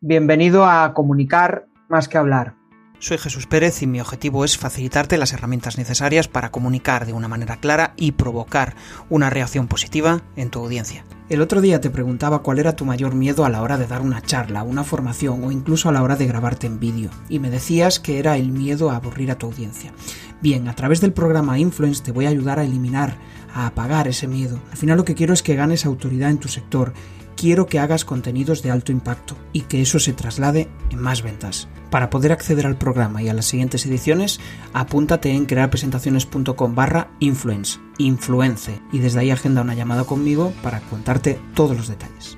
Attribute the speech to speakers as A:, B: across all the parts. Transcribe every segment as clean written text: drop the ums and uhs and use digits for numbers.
A: Bienvenido a Comunicar más que hablar.
B: Soy Jesús Pérez y mi objetivo es facilitarte las herramientas necesarias para comunicar de una manera clara y provocar una reacción positiva en tu audiencia. El otro día te preguntaba cuál era tu mayor miedo a la hora de dar una charla, una formación o incluso a la hora de grabarte en vídeo, y me decías que era el miedo a aburrir a tu audiencia. Bien, a través del programa Influence te voy a ayudar a eliminar, a apagar ese miedo. Al final lo que quiero es que ganes autoridad en tu sector. Quiero que hagas contenidos de alto impacto y que eso se traslade en más ventas. Para poder acceder al programa y a las siguientes ediciones, apúntate en crearpresentaciones.com/influence, influence, y desde ahí agenda una llamada conmigo para contarte todos los detalles.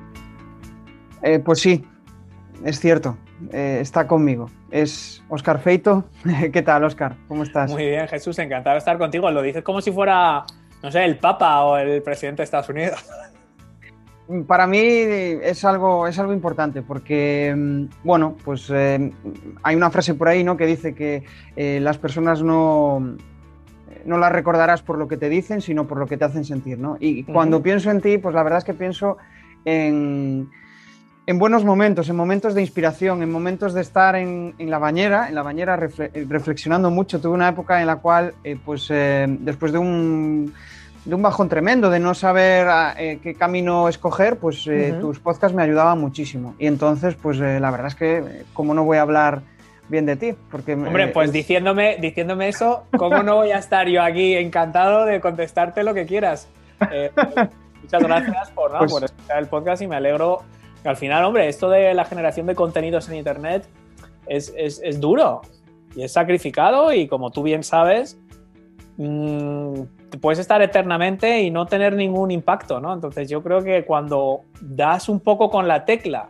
A: Pues sí, es cierto, está conmigo. Es Óscar Feito. ¿Qué tal, Óscar? ¿Cómo estás?
C: Muy bien, Jesús, encantado de estar contigo. Lo dices como si fuera, no sé, el Papa o el presidente de Estados Unidos.
A: Para mí es algo importante porque, bueno, pues hay una frase por ahí, ¿no?, que dice que las personas no las recordarás por lo que te dicen, sino por lo que te hacen sentir, ¿no? Y cuando pienso en ti, pues la verdad es que pienso en buenos momentos, en momentos de inspiración, en momentos de estar en la bañera reflexionando mucho. Tuve una época en la cual, después de un bajón tremendo, de no saber qué camino escoger, pues tus podcasts me ayudaban muchísimo. Y entonces, pues la verdad es que, ¿cómo no voy a hablar bien de ti? Porque,
C: hombre, pues diciéndome eso, ¿cómo no voy a estar yo aquí encantado de contestarte lo que quieras? Muchas gracias por escuchar el podcast y me alegro que al final, hombre, esto de la generación de contenidos en Internet es duro y es sacrificado y, como tú bien sabes, puedes estar eternamente y no tener ningún impacto, ¿no? Entonces yo creo que cuando das un poco con la tecla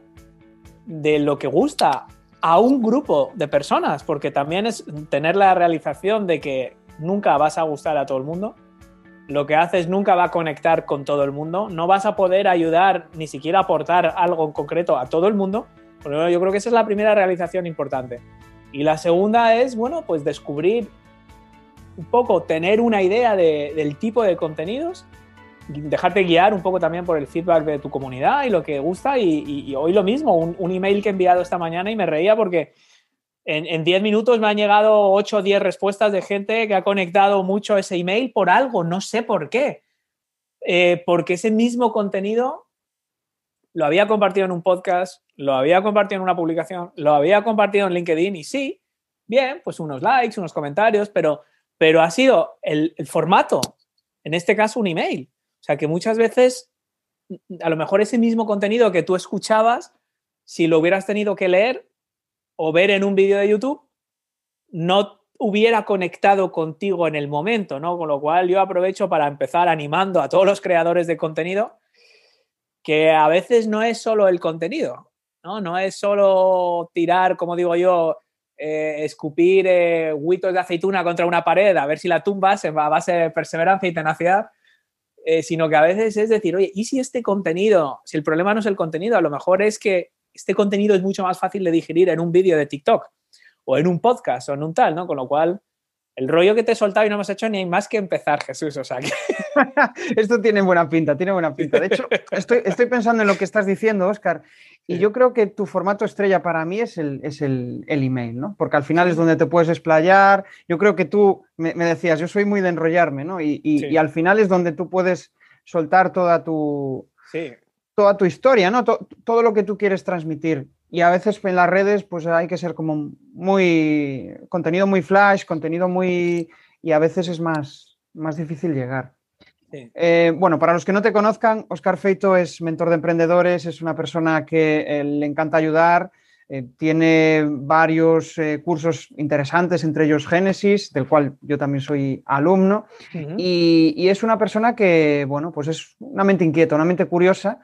C: de lo que gusta a un grupo de personas, porque también es tener la realización de que nunca vas a gustar a todo el mundo, lo que haces nunca va a conectar con todo el mundo, no vas a poder ayudar ni siquiera aportar algo en concreto a todo el mundo. Bueno, yo creo que esa es la primera realización importante. Y la segunda es, bueno, pues descubrir un poco, tener una idea del tipo de contenidos, dejarte guiar un poco también por el feedback de tu comunidad y lo que gusta. Y hoy lo mismo, un email que he enviado esta mañana y me reía porque en 10 minutos me han llegado 8 o 10 respuestas de gente que ha conectado mucho ese email por algo, no sé por qué. Porque ese mismo contenido lo había compartido en un podcast, lo había compartido en una publicación, lo había compartido en LinkedIn y sí, bien, pues unos likes, unos comentarios, pero ha sido el formato, en este caso un email. O sea que muchas veces, a lo mejor ese mismo contenido que tú escuchabas, si lo hubieras tenido que leer o ver en un vídeo de YouTube, no hubiera conectado contigo en el momento, ¿no? Con lo cual yo aprovecho para empezar animando a todos los creadores de contenido que a veces no es solo el contenido, ¿no? No es solo tirar, como digo yo, escupir huitos de aceituna contra una pared a ver si la tumbas a base de perseverancia y tenacidad, sino que a veces es decir, oye, ¿y si este contenido, si el problema no es el contenido, a lo mejor es que este contenido es mucho más fácil de digerir en un vídeo de TikTok o en un podcast o en un tal, ¿no? Con lo cual, el rollo que te he soltado y no hemos hecho ni hay más que empezar, Jesús, o sea que...
A: Esto tiene buena pinta. De hecho, estoy pensando en lo que estás diciendo, Óscar, y yo creo que tu formato estrella para mí es el email, ¿no? Porque al final es donde te puedes explayar. Yo creo que tú me decías, yo soy muy de enrollarme, ¿no? Y al final es donde tú puedes soltar toda tu historia, ¿no? Todo lo que tú quieres transmitir. Y a veces en las redes pues hay que ser como contenido muy flash, contenido muy... y a veces es más difícil llegar. Sí. Bueno, para los que no te conozcan, Óscar Feito es mentor de emprendedores, es una persona que le encanta ayudar, tiene varios cursos interesantes, entre ellos Génesis, del cual yo también soy alumno, y es una persona que, bueno, pues es una mente inquieta, una mente curiosa.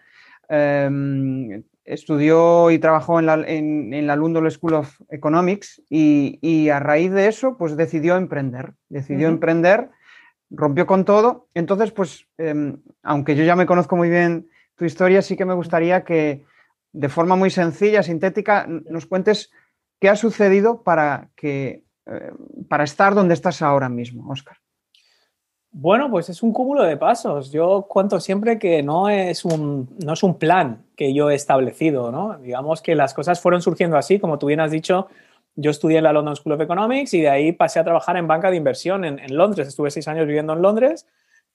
A: Estudió y trabajó en la London School of Economics y a raíz de eso pues decidió emprender, rompió con todo. Entonces pues aunque yo ya me conozco muy bien tu historia, sí que me gustaría que de forma muy sencilla, sintética, nos cuentes qué ha sucedido para estar donde estás ahora mismo, Óscar.
C: Bueno, pues es un cúmulo de pasos. Yo cuento siempre que no es un plan que yo he establecido, ¿no? Digamos que las cosas fueron surgiendo así, como tú bien has dicho. Yo estudié en la London School of Economics y de ahí pasé a trabajar en banca de inversión en Londres. Estuve 6 años viviendo en Londres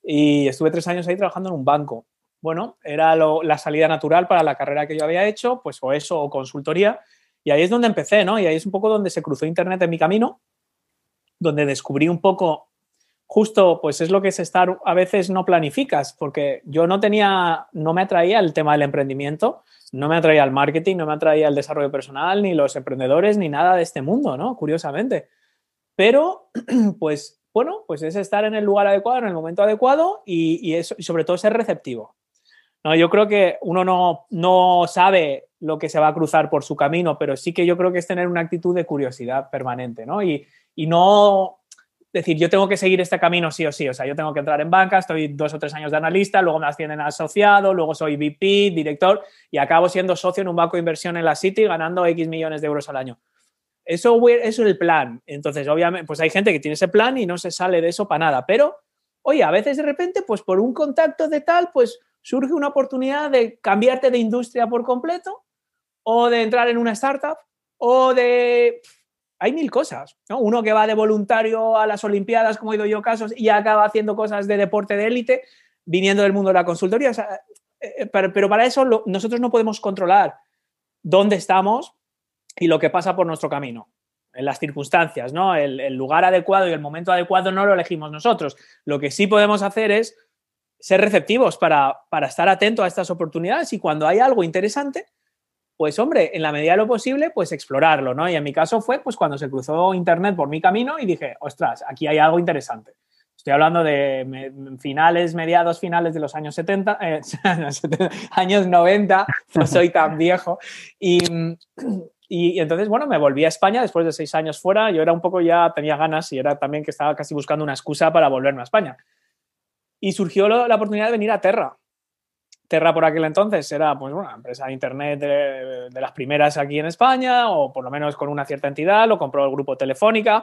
C: y estuve 3 años ahí trabajando en un banco. Bueno, era la salida natural para la carrera que yo había hecho, pues o eso o consultoría. Y ahí es donde empecé, ¿no? Y ahí es un poco donde se cruzó Internet en mi camino, donde descubrí un poco justo, pues es lo que es estar, a veces no planificas, porque yo no me atraía el tema del emprendimiento, no me atraía el marketing, no me atraía el desarrollo personal, ni los emprendedores, ni nada de este mundo, ¿no? Curiosamente. Pero, pues, bueno, pues es estar en el lugar adecuado, en el momento adecuado y eso, y sobre todo ser receptivo. No, yo creo que uno no sabe lo que se va a cruzar por su camino, pero sí que yo creo que es tener una actitud de curiosidad permanente, ¿no? Y no decir, yo tengo que seguir este camino sí o sí. O sea, yo tengo que entrar en banca, estoy 2 o 3 años de analista, luego me ascienden a asociado, luego soy VP, director y acabo siendo socio en un banco de inversión en la City ganando X millones de euros al año. Eso es el plan. Entonces, obviamente, pues hay gente que tiene ese plan y no se sale de eso para nada. Pero, oye, a veces de repente, pues por un contacto de tal, pues surge una oportunidad de cambiarte de industria por completo o de entrar en una startup o de... Hay mil cosas, ¿no? Uno que va de voluntario a las Olimpiadas, como he ido yo casos, y acaba haciendo cosas de deporte de élite, viniendo del mundo de la consultoría. O sea, pero para eso nosotros no podemos controlar dónde estamos y lo que pasa por nuestro camino, en las circunstancias, ¿no? El lugar adecuado y el momento adecuado no lo elegimos nosotros. Lo que sí podemos hacer es ser receptivos para estar atentos a estas oportunidades y cuando hay algo interesante, pues hombre, en la medida de lo posible, pues explorarlo, ¿no? Y en mi caso fue pues cuando se cruzó Internet por mi camino y dije, ostras, aquí hay algo interesante. Estoy hablando de mediados finales de los años 70, años 90, no soy tan viejo. Y entonces, bueno, me volví a España después de 6 años fuera. Yo era un poco ya, tenía ganas y era también que estaba casi buscando una excusa para volverme a España. Y surgió la oportunidad de venir a Terra. Terra por aquel entonces era pues, una empresa de internet de las primeras aquí en España, o por lo menos con una cierta entidad, lo compró el grupo Telefónica.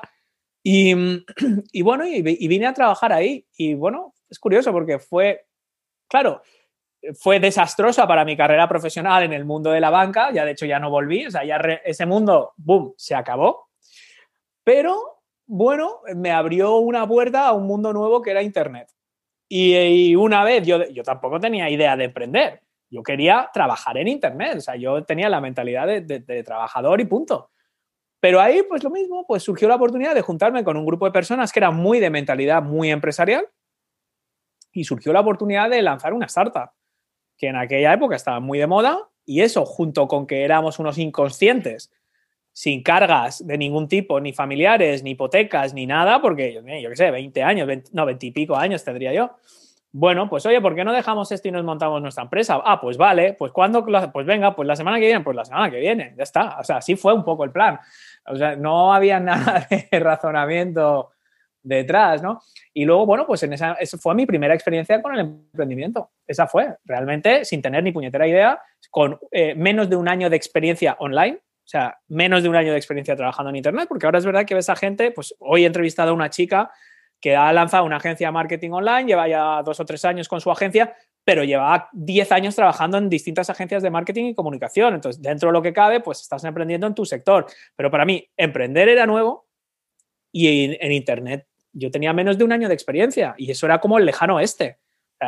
C: Y bueno, y vine a trabajar ahí. Y bueno, es curioso porque claro, fue desastrosa para mi carrera profesional en el mundo de la banca. Ya de hecho ya no volví, o sea, ya ese mundo, boom, se acabó. Pero bueno, me abrió una puerta a un mundo nuevo que era Internet. Y una vez, yo tampoco tenía idea de emprender. Yo quería trabajar en Internet. O sea, yo tenía la mentalidad de trabajador y punto. Pero ahí, pues lo mismo, pues surgió la oportunidad de juntarme con un grupo de personas que era muy de mentalidad muy empresarial y surgió la oportunidad de lanzar una startup que en aquella época estaba muy de moda y eso, junto con que éramos unos inconscientes sin cargas de ningún tipo, ni familiares, ni hipotecas, ni nada, porque yo qué sé, 20 años, 20 y pico años tendría yo. Bueno, pues oye, ¿por qué no dejamos esto y nos montamos nuestra empresa? Ah, pues vale, pues ¿cuándo? Pues venga, pues la semana que viene, pues la semana que viene, ya está. O sea, así fue un poco el plan. O sea, no había nada de razonamiento detrás, ¿no? Y luego, bueno, pues esa fue mi primera experiencia con el emprendimiento. Esa fue, realmente, sin tener ni puñetera idea, con menos de un año de experiencia online. O sea, menos de un año de experiencia trabajando en Internet, porque ahora es verdad que ves a gente, pues hoy he entrevistado a una chica que ha lanzado una agencia de marketing online, lleva ya 2 o 3 años con su agencia, pero lleva 10 años trabajando en distintas agencias de marketing y comunicación. Entonces, dentro de lo que cabe, pues estás emprendiendo en tu sector. Pero para mí, emprender era nuevo y en Internet yo tenía menos de un año de experiencia y eso era como el lejano oeste.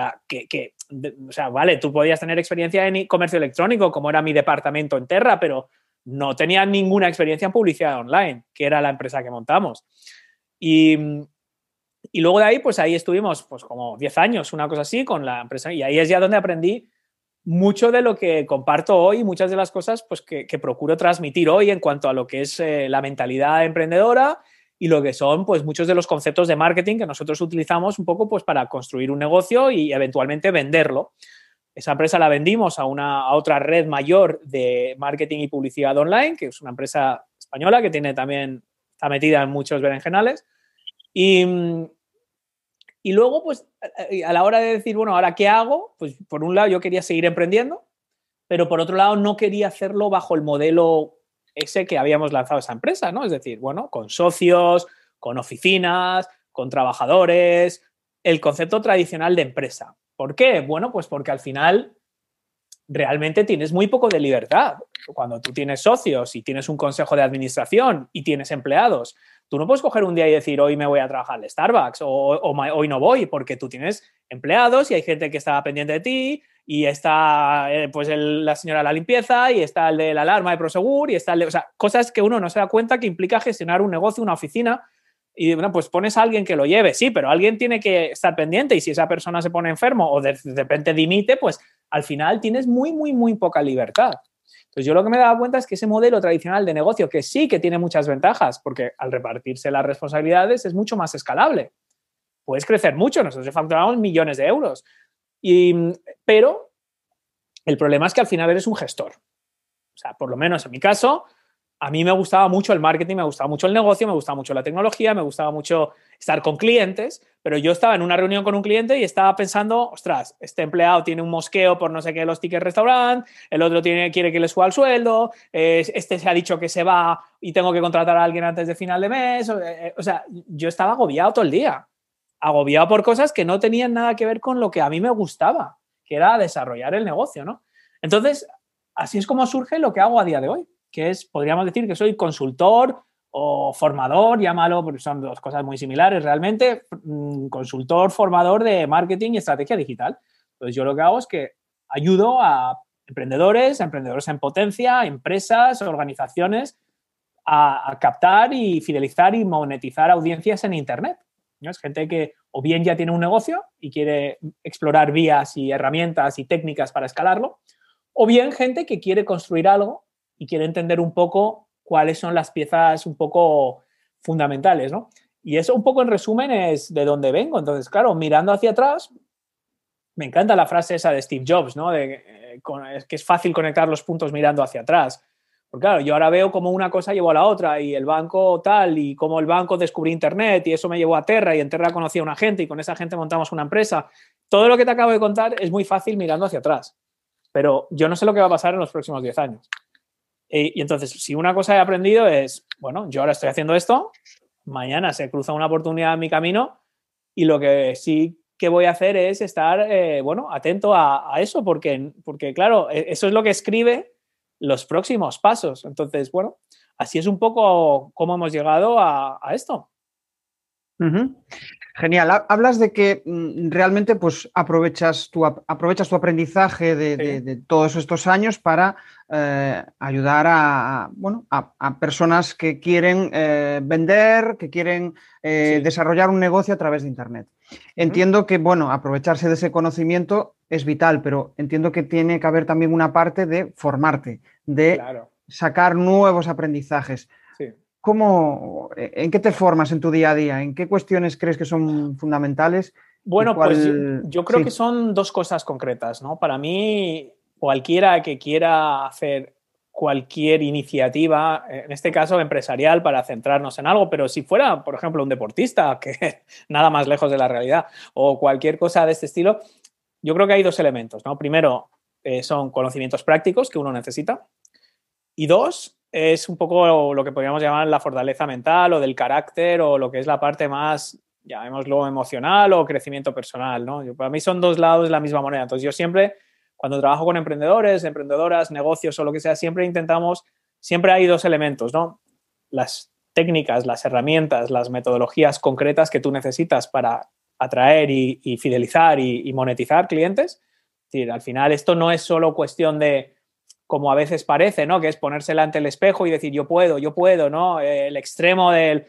C: O sea, vale, tú podías tener experiencia en comercio electrónico, como era mi departamento en Terra, pero no tenía ninguna experiencia en publicidad online, que era la empresa que montamos. Y luego de ahí, pues ahí estuvimos pues como 10 años, una cosa así, con la empresa. Y ahí es ya donde aprendí mucho de lo que comparto hoy, muchas de las cosas pues, que procuro transmitir hoy en cuanto a lo que es la mentalidad emprendedora y lo que son pues, muchos de los conceptos de marketing que nosotros utilizamos un poco pues, para construir un negocio y eventualmente venderlo. Esa empresa la vendimos a otra red mayor de marketing y publicidad online, que es una empresa española que está metida en muchos berenjenales. Y luego, pues, a la hora de decir, bueno, ¿ahora qué hago? Pues, por un lado, yo quería seguir emprendiendo, pero por otro lado, no quería hacerlo bajo el modelo ese que habíamos lanzado esa empresa, ¿no? Es decir, bueno, con socios, con oficinas, con trabajadores, el concepto tradicional de empresa. ¿Por qué? Bueno, pues porque al final realmente tienes muy poco de libertad. Cuando tú tienes socios y tienes un consejo de administración y tienes empleados, tú no puedes coger un día y decir hoy me voy a trabajar al Starbucks o hoy no voy, porque tú tienes empleados y hay gente que está pendiente de ti y está pues la señora de la limpieza y está el de la alarma de Prosegur y está o sea, cosas que uno no se da cuenta que implica gestionar un negocio, una oficina. Y bueno, pues pones a alguien que lo lleve, sí, pero alguien tiene que estar pendiente y si esa persona se pone enfermo o de repente dimite, pues al final tienes muy, muy, muy poca libertad. Entonces yo lo que me he dado cuenta es que ese modelo tradicional de negocio, que sí que tiene muchas ventajas, porque al repartirse las responsabilidades es mucho más escalable. Puedes crecer mucho, nosotros facturamos millones de euros. Pero el problema es que al final eres un gestor. O sea, por lo menos en mi caso, a mí me gustaba mucho el marketing, me gustaba mucho el negocio, me gustaba mucho la tecnología, me gustaba mucho estar con clientes, pero yo estaba en una reunión con un cliente y estaba pensando, ostras, este empleado tiene un mosqueo por no sé qué los tickets restaurant, el otro quiere que le suba el sueldo, este se ha dicho que se va y tengo que contratar a alguien antes de final de mes. O sea, yo estaba agobiado todo el día, agobiado por cosas que no tenían nada que ver con lo que a mí me gustaba, que era desarrollar el negocio, ¿no? Entonces, así es como surge lo que hago a día de hoy, que es, podríamos decir que soy consultor o formador, llámalo, porque son dos cosas muy similares realmente, consultor, formador de marketing y estrategia digital. Entonces yo lo que hago es que ayudo a emprendedores en potencia, empresas, organizaciones a captar y fidelizar y monetizar audiencias en Internet. ¿No? Es gente que o bien ya tiene un negocio y quiere explorar vías y herramientas y técnicas para escalarlo, o bien gente que quiere construir algo y quiere entender un poco cuáles son las piezas un poco fundamentales, ¿no? Y eso un poco en resumen es de dónde vengo. Entonces, claro, mirando hacia atrás, me encanta la frase esa de Steve Jobs, ¿no? Que es fácil conectar los puntos mirando hacia atrás. Porque claro, yo ahora veo cómo una cosa llevó a la otra y el banco tal y cómo el banco descubrí Internet y eso me llevó a Terra y en Terra conocí a una gente y con esa gente montamos una empresa. Todo lo que te acabo de contar es muy fácil mirando hacia atrás. Pero yo no sé lo que va a pasar en los próximos 10 años. Y entonces, si una cosa he aprendido es, bueno, yo ahora estoy haciendo esto, mañana se cruza una oportunidad en mi camino y lo que sí que voy a hacer es estar, bueno, atento a eso, porque, claro, eso es lo que escribe los próximos pasos. Entonces, bueno, así es un poco cómo hemos llegado a esto.
A: Uh-huh. Genial. Hablas de que realmente pues, aprovechas tu aprendizaje de todos estos años para ayudar a personas que quieren vender, que quieren desarrollar un negocio a través de Internet. Entiendo que, bueno, aprovecharse de ese conocimiento es vital, pero entiendo que tiene que haber también una parte de formarte, de sacar nuevos aprendizajes.
C: Sí.
A: ¿En qué te formas en tu día a día? ¿En qué cuestiones crees que son fundamentales?
C: Bueno, pues yo creo que son dos cosas concretas, ¿no? Para mí, cualquiera que quiera hacer cualquier iniciativa, en este caso empresarial, para centrarnos en algo, pero si fuera, por ejemplo, un deportista, que nada más lejos de la realidad, o cualquier cosa de este estilo, yo creo que hay dos elementos, ¿no? Primero, son conocimientos prácticos que uno necesita, y dos, es un poco lo que podríamos llamar la fortaleza mental o del carácter o lo que es la parte más, llamémoslo, emocional o crecimiento personal, ¿no? Para mí son dos lados de la misma moneda. Entonces yo siempre, cuando trabajo con emprendedores, emprendedoras, negocios o lo que sea, siempre hay dos elementos, ¿no? Las técnicas, las herramientas, las metodologías concretas que tú necesitas para atraer y fidelizar y monetizar clientes. Es decir, al final esto no es solo cuestión de, como a veces parece, ¿no? Que es ponérsela ante el espejo y decir yo puedo, ¿no? El extremo del...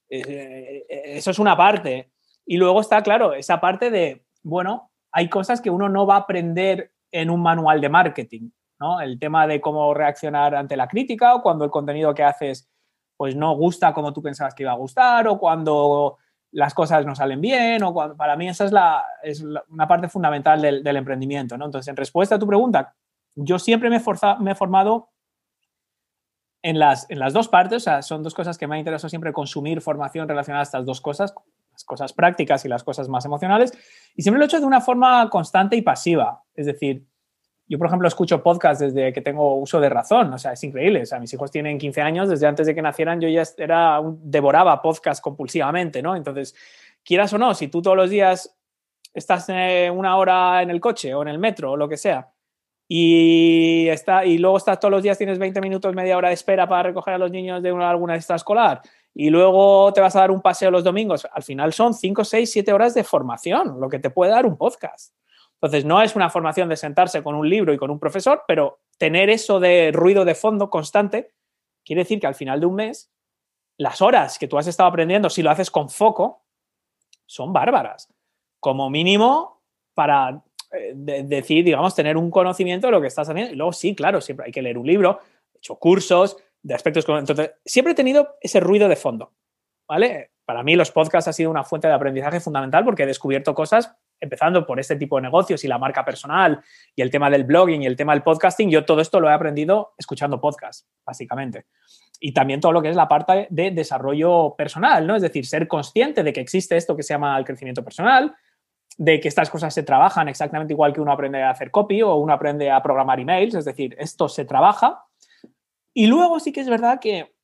C: eso es una parte. Y luego está, claro, esa parte de, bueno, hay cosas que uno no va a aprender en un manual de marketing, ¿no? El tema de cómo reaccionar ante la crítica o cuando el contenido que haces pues no gusta como tú pensabas que iba a gustar o cuando las cosas no salen bien o cuando... Para mí esa es una parte fundamental del emprendimiento, ¿no? Entonces, en respuesta a tu pregunta, yo siempre me he formado en las dos partes, o sea, son dos cosas que me ha interesado siempre consumir formación relacionada a estas dos cosas, las cosas prácticas y las cosas más emocionales, y siempre lo he hecho de una forma constante y pasiva. Es decir, yo, por ejemplo, escucho podcasts desde que tengo uso de razón, o sea, es increíble. O sea, mis hijos tienen 15 años, desde antes de que nacieran yo ya devoraba podcasts compulsivamente, ¿no? Entonces, quieras o no, si tú todos los días estás una hora en el coche o en el metro o lo que sea, y luego estás todos los días, tienes 20 minutos, media hora de espera para recoger a los niños de alguna extraescolar, y luego te vas a dar un paseo los domingos, al final son 5, 6, 7 horas de formación, lo que te puede dar un podcast. Entonces, no es una formación de sentarse con un libro y con un profesor, pero tener eso de ruido de fondo constante quiere decir que al final de un mes, las horas que tú has estado aprendiendo, si lo haces con foco, son bárbaras. Como mínimo, para decir, digamos, tener un conocimiento de lo que estás haciendo. Y luego sí, claro, siempre hay que leer un libro, he hecho cursos de aspectos. Entonces, siempre he tenido ese ruido de fondo, ¿vale? Para mí los podcasts ha sido una fuente de aprendizaje fundamental porque he descubierto cosas, empezando por este tipo de negocios y la marca personal y el tema del blogging y el tema del podcasting. Yo todo esto lo he aprendido escuchando podcasts, básicamente. Y también todo lo que es la parte de desarrollo personal, ¿no? Es decir, ser consciente de que existe esto que se llama el crecimiento personal, de que estas cosas se trabajan exactamente igual que uno aprende a hacer copy o uno aprende a programar emails, es decir, esto se trabaja. Y luego sí que es verdad que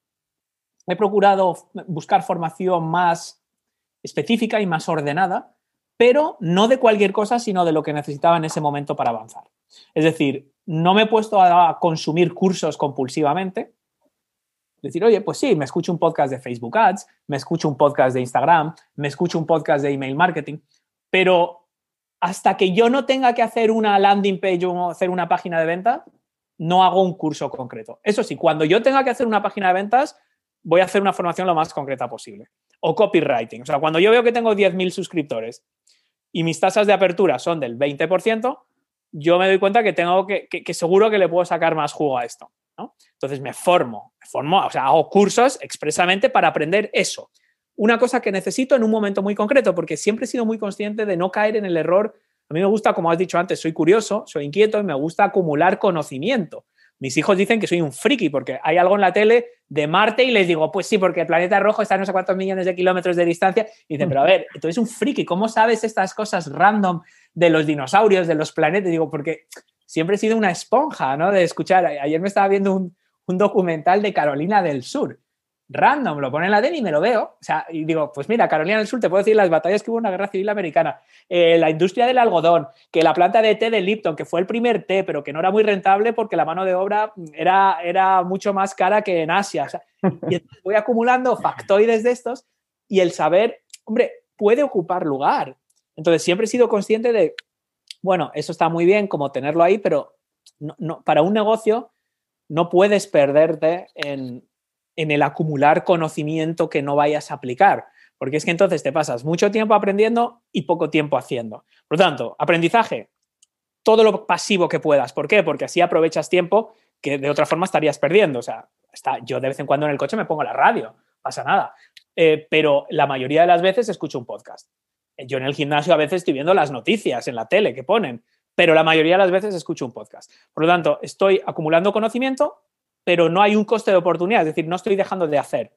C: he procurado buscar formación más específica y más ordenada, pero no de cualquier cosa, sino de lo que necesitaba en ese momento para avanzar. Es decir, no me he puesto a consumir cursos compulsivamente. Decir, oye, pues sí, me escucho un podcast de Facebook Ads, me escucho un podcast de Instagram, me escucho un podcast de email marketing, pero hasta que yo no tenga que hacer una landing page o hacer una página de venta, no hago un curso concreto. Eso sí, cuando yo tenga que hacer una página de ventas, voy a hacer una formación lo más concreta posible. O copywriting. O sea, cuando yo veo que tengo 10.000 suscriptores y mis tasas de apertura son del 20%, yo me doy cuenta que tengo que seguro que le puedo sacar más jugo a esto, ¿no? Entonces me formo, o sea, hago cursos expresamente para aprender eso. Una cosa que necesito en un momento muy concreto, porque siempre he sido muy consciente de no caer en el error. A mí me gusta, como has dicho antes, soy curioso, soy inquieto y me gusta acumular conocimiento. Mis hijos dicen que soy un friki porque hay algo en la tele de Marte y les digo, pues sí, porque el planeta rojo está a no sé cuántos millones de kilómetros de distancia. Y dicen, pero a ver, tú eres un friki, ¿cómo sabes estas cosas random de los dinosaurios, de los planetas? Digo, porque siempre he sido una esponja, ¿no? De escuchar. Ayer me estaba viendo un documental de Carolina del Sur. Random, lo pone en la tele y me lo veo. O sea, y digo, pues mira, Carolina del Sur, te puedo decir las batallas que hubo en la Guerra Civil Americana, la industria del algodón, que la planta de té de Lipton, que fue el primer té, pero que no era muy rentable porque la mano de obra era mucho más cara que en Asia. O sea, y voy acumulando factoides de estos y el saber, hombre, puede ocupar lugar. Entonces, siempre he sido consciente de, bueno, eso está muy bien como tenerlo ahí, pero no, para un negocio no puedes perderte en el acumular conocimiento que no vayas a aplicar, porque es que entonces te pasas mucho tiempo aprendiendo y poco tiempo haciendo. Por lo tanto, aprendizaje, todo lo pasivo que puedas. ¿Por qué? Porque así aprovechas tiempo que de otra forma estarías perdiendo. O sea, yo de vez en cuando en el coche me pongo la radio, no pasa nada, pero la mayoría de las veces escucho un podcast. Yo en el gimnasio a veces estoy viendo las noticias en la tele que ponen, pero la mayoría de las veces escucho un podcast. Por lo tanto, estoy acumulando conocimiento, pero no hay un coste de oportunidad, es decir, no estoy dejando de hacer.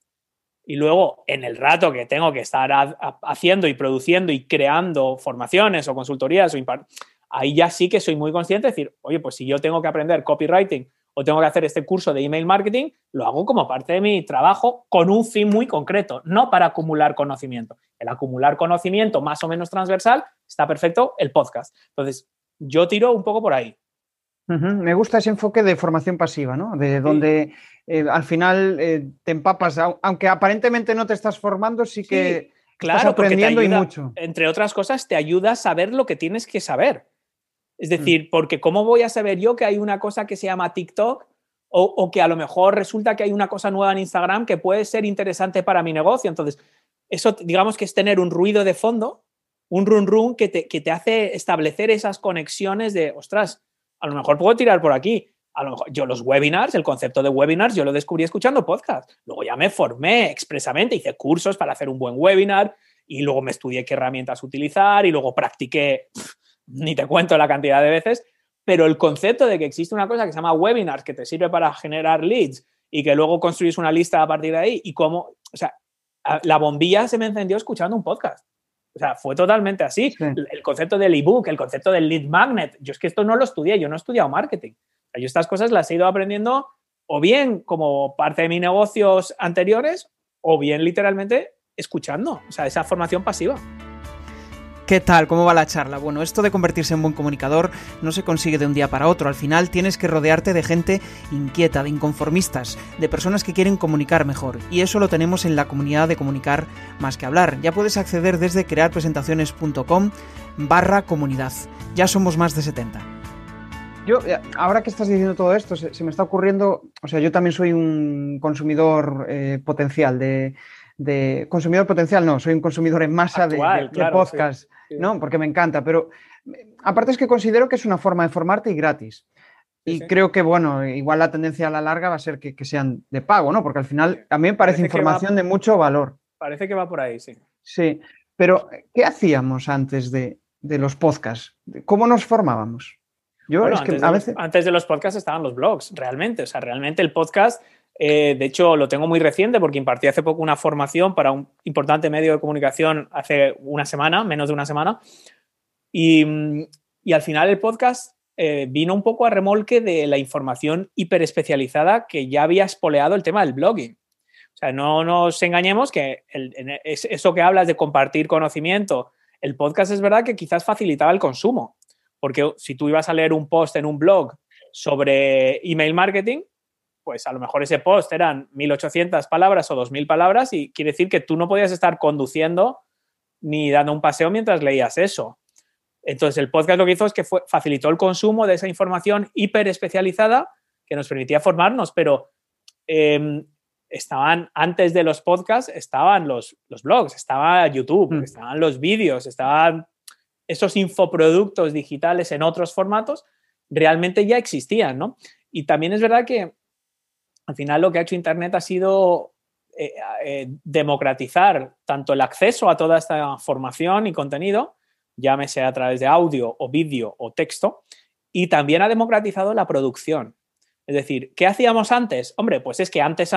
C: Y luego, en el rato que tengo que estar haciendo y produciendo y creando formaciones o consultorías, ahí ya sí que soy muy consciente de decir, oye, pues si yo tengo que aprender copywriting o tengo que hacer este curso de email marketing, lo hago como parte de mi trabajo con un fin muy concreto, no para acumular conocimiento. El acumular conocimiento más o menos transversal está perfecto, el podcast. Entonces, yo tiro un poco por ahí.
A: Me gusta ese enfoque de formación pasiva, ¿no? De donde al final te empapas, aunque aparentemente no te estás formando, sí que
C: claro,
A: estás aprendiendo
C: ayuda,
A: y mucho.
C: Entre otras cosas, te ayuda a saber lo que tienes que saber. Es decir, porque ¿cómo voy a saber yo que hay una cosa que se llama TikTok o que a lo mejor resulta que hay una cosa nueva en Instagram que puede ser interesante para mi negocio? Entonces, eso digamos que es tener un ruido de fondo, un run que te hace establecer esas conexiones de, ostras, a lo mejor puedo tirar por aquí. A lo mejor, yo los webinars, el concepto de webinars, yo lo descubrí escuchando podcast. Luego ya me formé expresamente, hice cursos para hacer un buen webinar y luego me estudié qué herramientas utilizar y luego practiqué, ni te cuento la cantidad de veces, pero el concepto de que existe una cosa que se llama webinars que te sirve para generar leads y que luego construís una lista a partir de ahí y cómo, o sea, la bombilla se me encendió escuchando un podcast. O sea, fue totalmente así. Sí. El concepto del ebook, el concepto del lead magnet. Yo es que esto no lo estudié, yo no he estudiado marketing. O sea, yo estas cosas las he ido aprendiendo o bien como parte de mis negocios anteriores o bien literalmente escuchando. O sea, esa formación pasiva.
B: ¿Qué tal? ¿Cómo va la charla? Bueno, esto de convertirse en buen comunicador no se consigue de un día para otro. Al final tienes que rodearte de gente inquieta, de inconformistas, de personas que quieren comunicar mejor. Y eso lo tenemos en la comunidad de Comunicar Más que Hablar. Ya puedes acceder desde crearpresentaciones.com/comunidad. Ya somos más de 70.
A: Yo, ahora que estás diciendo todo esto, se me está ocurriendo, o sea, yo también soy un consumidor potencial consumidor potencial, no, soy un consumidor en masa
C: actual,
A: de podcast,
C: sí.
A: ¿no? Porque me encanta, pero aparte es que considero que es una forma de formarte y gratis. Y creo que, bueno, igual la tendencia a la larga va a ser que sean de pago, ¿no? Porque al final a mí me parece información de mucho valor.
C: Parece que va por ahí, sí.
A: Sí, pero ¿qué hacíamos antes de los podcasts? ¿Cómo nos formábamos?
C: Antes de los podcasts estaban los blogs, realmente. O sea, realmente el podcast, de hecho, lo tengo muy reciente porque impartí hace poco una formación para un importante medio de comunicación hace una semana, menos de una semana. Y al final el podcast vino un poco a remolque de la información hiperespecializada que ya había espoleado el tema del blogging. O sea, no nos engañemos que eso que hablas de compartir conocimiento, el podcast es verdad que quizás facilitaba el consumo. Porque si tú ibas a leer un post en un blog sobre email marketing, pues a lo mejor ese post eran 1.800 palabras o 2.000 palabras y quiere decir que tú no podías estar conduciendo ni dando un paseo mientras leías eso. Entonces, el podcast lo que hizo es que facilitó el consumo de esa información hiper especializada que nos permitía formarnos, pero antes de los podcasts estaban los blogs, estaba YouTube, estaban los vídeos, estaban esos infoproductos digitales en otros formatos, realmente ya existían, ¿no? Y también es verdad que al final lo que ha hecho Internet ha sido democratizar tanto el acceso a toda esta formación y contenido, llámese a través de audio o vídeo o texto, y también ha democratizado la producción. Es decir, ¿qué hacíamos antes? Hombre, pues es que antes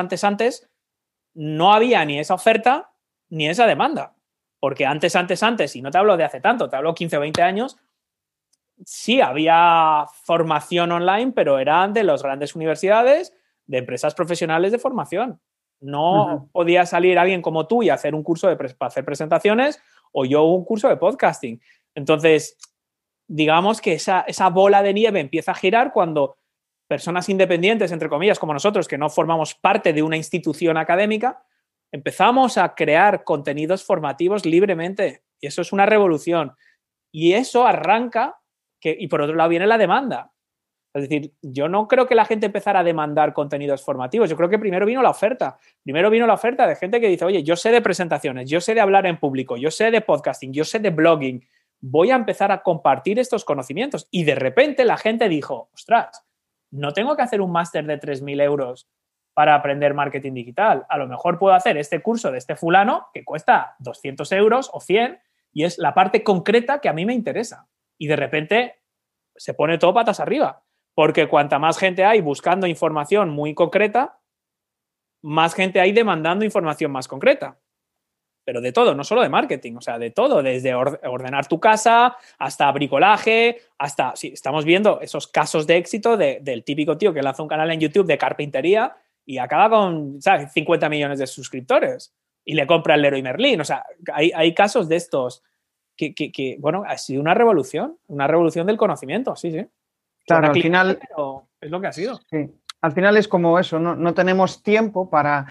C: no había ni esa oferta ni esa demanda. Porque antes, y no te hablo de hace tanto, te hablo 15 o 20 años, sí había formación online, pero eran de las grandes universidades, de empresas profesionales de formación. No podía salir alguien como tú y hacer un curso para hacer presentaciones o yo un curso de podcasting. Entonces, digamos que esa bola de nieve empieza a girar cuando personas independientes, entre comillas, como nosotros, que no formamos parte de una institución académica, empezamos a crear contenidos formativos libremente y eso es una revolución. Y eso arranca, y por otro lado viene la demanda. Es decir, yo no creo que la gente empezara a demandar contenidos formativos. Yo creo que primero vino la oferta. Primero vino la oferta de gente que dice, oye, yo sé de presentaciones, yo sé de hablar en público, yo sé de podcasting, yo sé de blogging. Voy a empezar a compartir estos conocimientos. Y de repente la gente dijo, ostras, no tengo que hacer un máster de 3.000 euros para aprender marketing digital. A lo mejor puedo hacer este curso de este fulano que cuesta 200 euros o 100 y es la parte concreta que a mí me interesa. Y de repente se pone todo patas arriba, porque cuanta más gente hay buscando información muy concreta, más gente hay demandando información más concreta. Pero de todo, no solo de marketing, o sea, de todo, desde ordenar tu casa hasta bricolaje, hasta, sí, estamos viendo esos casos de éxito del típico tío que lanza un canal en YouTube de carpintería y acaba con, ¿sabes?, 50 millones de suscriptores y le compra el Leroy Merlin. O sea, hay casos de estos que, bueno, ha sido una revolución del conocimiento, sí.
A: Claro, al final...
C: Pero es lo que ha sido.
A: Sí. Al final es como eso, no tenemos tiempo para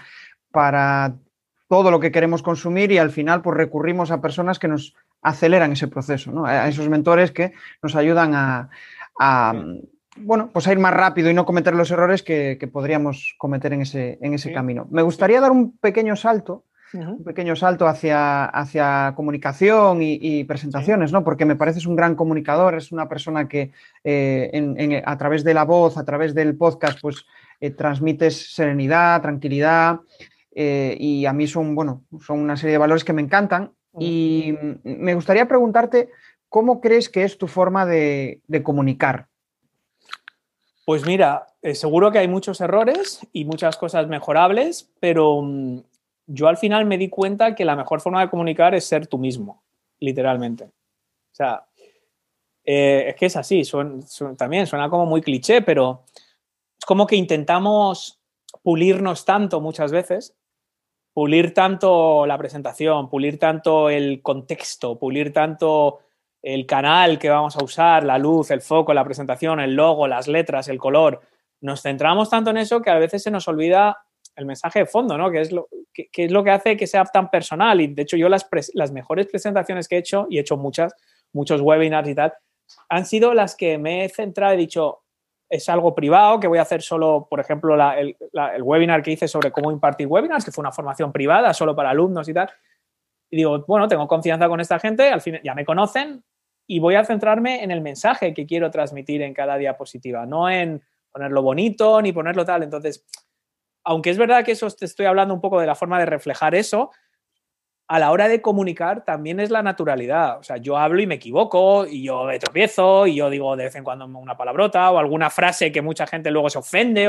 A: todo lo que queremos consumir y al final pues recurrimos a personas que nos aceleran ese proceso, ¿no? A esos mentores que nos ayudan bueno, pues a ir más rápido y no cometer los errores que podríamos cometer en ese camino. Me gustaría dar un pequeño salto hacia comunicación y presentaciones, ¿no? Porque me pareces un gran comunicador, es una persona que a través de la voz, a través del podcast, pues transmites serenidad, tranquilidad y a mí son una serie de valores que me encantan y me gustaría preguntarte ¿cómo crees que es tu forma de comunicar?
C: Pues mira, seguro que hay muchos errores y muchas cosas mejorables, pero yo al final me di cuenta que la mejor forma de comunicar es ser tú mismo, literalmente. O sea, es que es así, también suena como muy cliché, pero es como que intentamos pulirnos tanto muchas veces pulir tanto la presentación, pulir tanto el contexto, pulir tanto el canal que vamos a usar, la luz, el foco, la presentación, el logo, las letras, el color. Nos centramos tanto en eso que a veces se nos olvida el mensaje de fondo, ¿no? Que es lo que hace que sea tan personal. Y de hecho yo las mejores presentaciones que he hecho, y he hecho muchos webinars y tal, han sido las que me he centrado, he dicho, es algo privado, que voy a hacer solo, por ejemplo, el webinar que hice sobre cómo impartir webinars, que fue una formación privada, solo para alumnos y tal. Y digo, bueno, tengo confianza con esta gente, al fin ya me conocen y voy a centrarme en el mensaje que quiero transmitir en cada diapositiva, no en ponerlo bonito ni ponerlo tal. Entonces, aunque es verdad que eso te estoy hablando un poco de la forma de reflejar eso, a la hora de comunicar también es la naturalidad. O sea, yo hablo y me equivoco, y yo me tropiezo, y yo digo de vez en cuando una palabrota o alguna frase que mucha gente luego se ofende.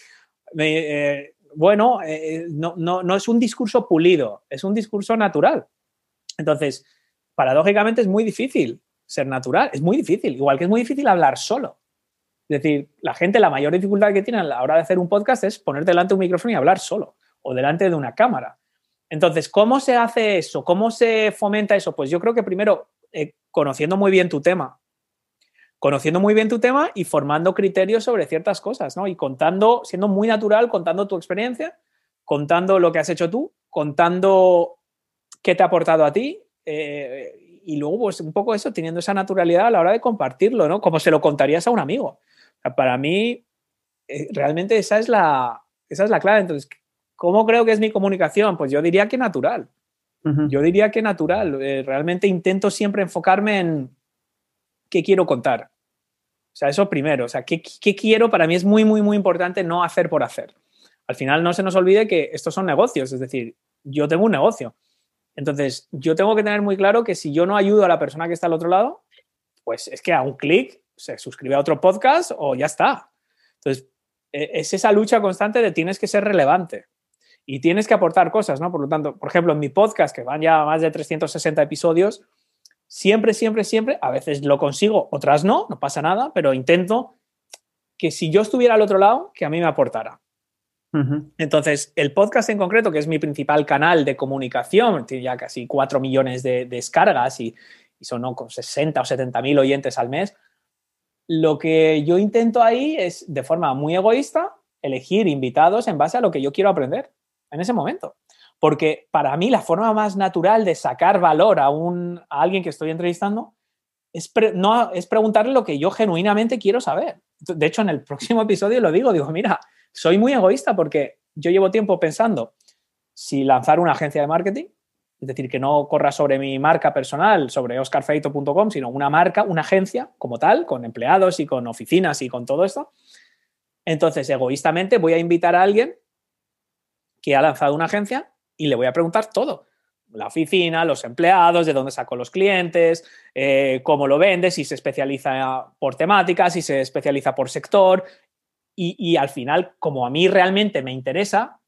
C: No es un discurso pulido, es un discurso natural. Entonces, paradójicamente es muy difícil ser natural, es muy difícil. Igual que es muy difícil hablar solo. Es decir, la gente, la mayor dificultad que tiene a la hora de hacer un podcast es poner delante un micrófono y hablar solo, o delante de una cámara. Entonces, ¿cómo se hace eso? ¿Cómo se fomenta eso? Pues yo creo que primero, conociendo muy bien tu tema y formando criterios sobre ciertas cosas, ¿no? Y contando, siendo muy natural, contando tu experiencia, contando lo que has hecho tú, contando qué te ha aportado a ti, y luego, pues, un poco eso, teniendo esa naturalidad a la hora de compartirlo, ¿no? Como se lo contarías a un amigo. O sea, para mí, realmente esa es la clave. Entonces, ¿cómo creo que es mi comunicación? Pues yo diría que natural. Yo diría que natural. Realmente intento siempre enfocarme en qué quiero contar. O sea, eso primero. O sea, ¿qué quiero? Para mí es muy, muy, muy importante no hacer por hacer. Al final no se nos olvide que estos son negocios. Es decir, yo tengo un negocio. Entonces, yo tengo que tener muy claro que si yo no ayudo a la persona que está al otro lado, pues es que a un clic se suscribe a otro podcast o ya está. Entonces, es esa lucha constante de tienes que ser relevante. Y tienes que aportar cosas, ¿no? Por lo tanto, por ejemplo, en mi podcast, que van ya más de 360 episodios, siempre, a veces lo consigo, otras no pasa nada, pero intento que si yo estuviera al otro lado, que a mí me aportara. Entonces, el podcast en concreto, que es mi principal canal de comunicación, tiene ya casi 4 millones de descargas y son, ¿no?, con 60 o 70 mil oyentes al mes, lo que yo intento ahí es, de forma muy egoísta, elegir invitados en base a lo que yo quiero aprender en ese momento. Porque para mí la forma más natural de sacar valor a alguien que estoy entrevistando es preguntarle lo que yo genuinamente quiero saber. De hecho, en el próximo episodio lo digo, mira, soy muy egoísta porque yo llevo tiempo pensando si lanzar una agencia de marketing, es decir, que no corra sobre mi marca personal, sobre oscarfeito.com, sino una marca, una agencia como tal, con empleados y con oficinas y con todo esto. Entonces, egoístamente voy a invitar a alguien que ha lanzado una agencia y le voy a preguntar todo. La oficina, los empleados, de dónde sacó los clientes, cómo lo vende, si se especializa por temática, si se especializa por sector. Y al final, como a mí realmente me interesa,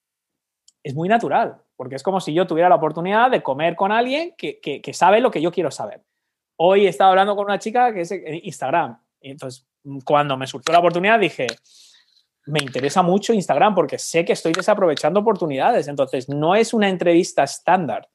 C: es muy natural, porque es como si yo tuviera la oportunidad de comer con alguien que sabe lo que yo quiero saber. Hoy he estado hablando con una chica que es en Instagram. Y entonces, cuando me surgió la oportunidad, dije, me interesa mucho Instagram porque sé que estoy desaprovechando oportunidades. Entonces, no es una entrevista estándar.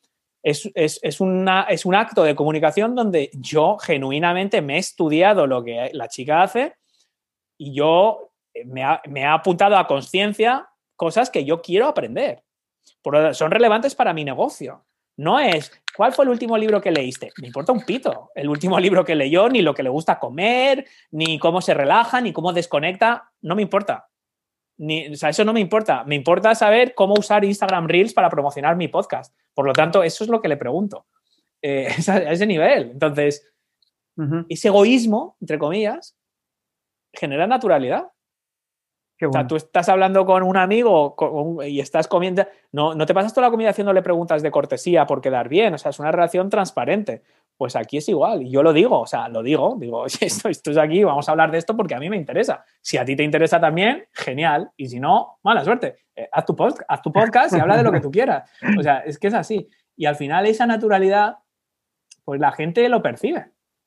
C: Es un acto de comunicación donde yo genuinamente me he estudiado lo que la chica hace y yo me he apuntado a conciencia cosas que yo quiero aprender. Son relevantes para mi negocio. No es, ¿cuál fue el último libro que leíste? Me importa un pito el último libro que leyó, ni lo que le gusta comer, ni cómo se relaja, ni cómo desconecta. No me importa. O sea, eso no me importa. Me importa saber cómo usar Instagram Reels para promocionar mi podcast. Por lo tanto, eso es lo que le pregunto. A ese nivel. Entonces, ese egoísmo, entre comillas, genera naturalidad. Bueno. O sea, tú estás hablando con un amigo y estás comiendo. No te pasas toda la comida haciéndole preguntas de cortesía por quedar bien. O sea, es una relación transparente. Pues aquí es igual. Y yo lo digo. O sea, digo, esto es aquí, vamos a hablar de esto porque a mí me interesa. Si a ti te interesa también, genial. Y si no, mala suerte. Haz tu podcast y habla de lo que tú quieras. O sea, es que es así. Y al final esa naturalidad, pues la gente lo percibe.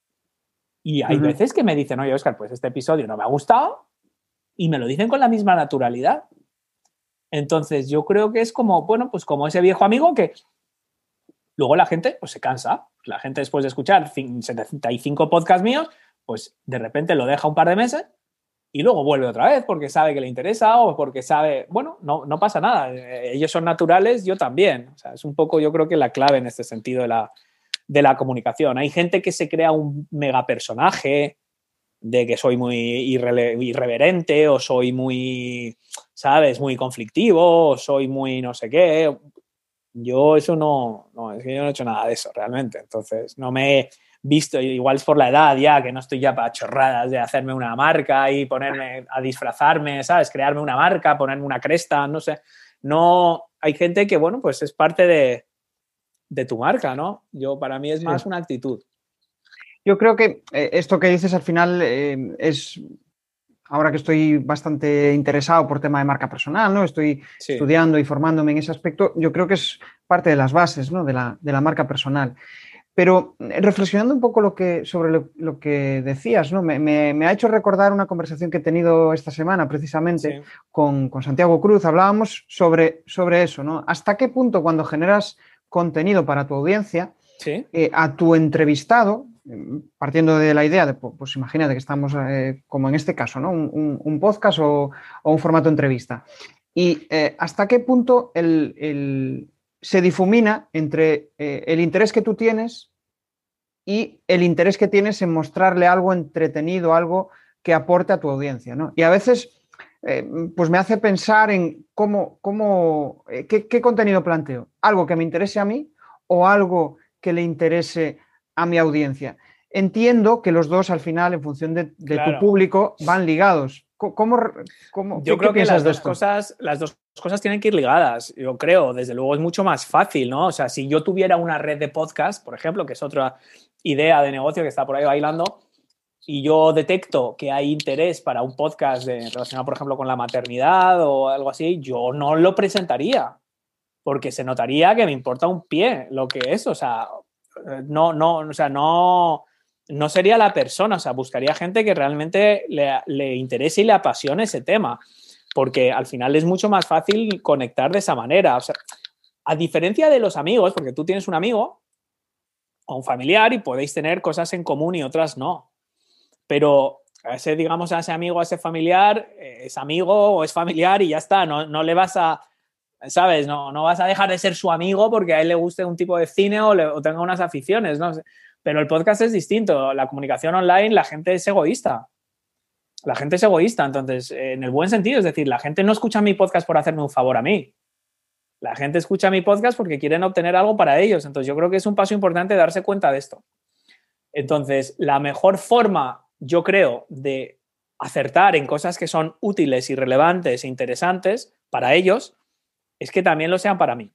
C: Y hay veces que me dicen, oye, Óscar, pues este episodio no me ha gustado. Y me lo dicen con la misma naturalidad. Entonces, yo creo que es como, bueno, pues como ese viejo amigo que luego la gente pues se cansa. La gente después de escuchar 75 podcasts míos, pues de repente lo deja un par de meses y luego vuelve otra vez porque sabe que le interesa o porque sabe, bueno, no pasa nada. Ellos son naturales, yo también. O sea, es un poco, yo creo que la clave en este sentido de la comunicación. Hay gente que se crea un mega personaje de que soy muy irreverente o soy muy, ¿sabes?, muy conflictivo o soy muy no sé qué. Yo eso no, es que yo no he hecho nada de eso realmente. Entonces no me he visto, igual es por la edad ya, que no estoy ya para chorradas de hacerme una marca y ponerme a disfrazarme, ¿sabes?, crearme una marca, ponerme una cresta, no sé. No, hay gente que, bueno, pues es parte de tu marca, ¿no? Para mí es más una actitud.
A: Yo creo que esto que dices al final es, ahora que estoy bastante interesado por tema de marca personal, ¿no? Estoy estudiando y formándome en ese aspecto, yo creo que es parte de las bases, ¿no?, de la marca personal. Pero reflexionando un poco sobre lo que decías, ¿no?, me ha hecho recordar una conversación que he tenido esta semana precisamente con Santiago Cruz. Hablábamos sobre eso, ¿no? ¿Hasta qué punto cuando generas contenido para tu audiencia, a tu entrevistado, partiendo de la idea de, pues imagínate que estamos como en este caso, ¿no?, un podcast o un formato de entrevista, y hasta qué punto se difumina entre el interés que tú tienes y el interés que tienes en mostrarle algo entretenido, algo que aporte a tu audiencia, ¿no? Y a veces pues me hace pensar en qué contenido planteo. ¿Algo que me interese a mí o algo que le interese a mi audiencia? Entiendo que los dos al final, en función de tu público, van ligados.
C: Yo creo que las dos cosas tienen que ir ligadas. Yo creo, desde luego es mucho más fácil, ¿no? O sea, si yo tuviera una red de podcast, por ejemplo, que es otra idea de negocio que está por ahí bailando, y yo detecto que hay interés para un podcast relacionado, por ejemplo, con la maternidad o algo así, yo no lo presentaría, porque se notaría que me importa un pie lo que es. O sea, no sería la persona. O sea, buscaría gente que realmente le interese y le apasione ese tema, porque al final es mucho más fácil conectar de esa manera. O sea, a diferencia de los amigos, porque tú tienes un amigo o un familiar y podéis tener cosas en común y otras no. Pero a ese amigo, a ese familiar, es amigo o es familiar y ya está. No le vas a, ¿sabes? No vas a dejar de ser su amigo porque a él le guste un tipo de cine o tenga unas aficiones, ¿no? Pero el podcast es distinto. La comunicación online, la gente es egoísta. La gente es egoísta, entonces, en el buen sentido. Es decir, la gente no escucha mi podcast por hacerme un favor a mí. La gente escucha mi podcast porque quieren obtener algo para ellos. Entonces, yo creo que es un paso importante darse cuenta de esto. Entonces, la mejor forma, yo creo, de acertar en cosas que son útiles y relevantes e interesantes para ellos es que también lo sean para mí.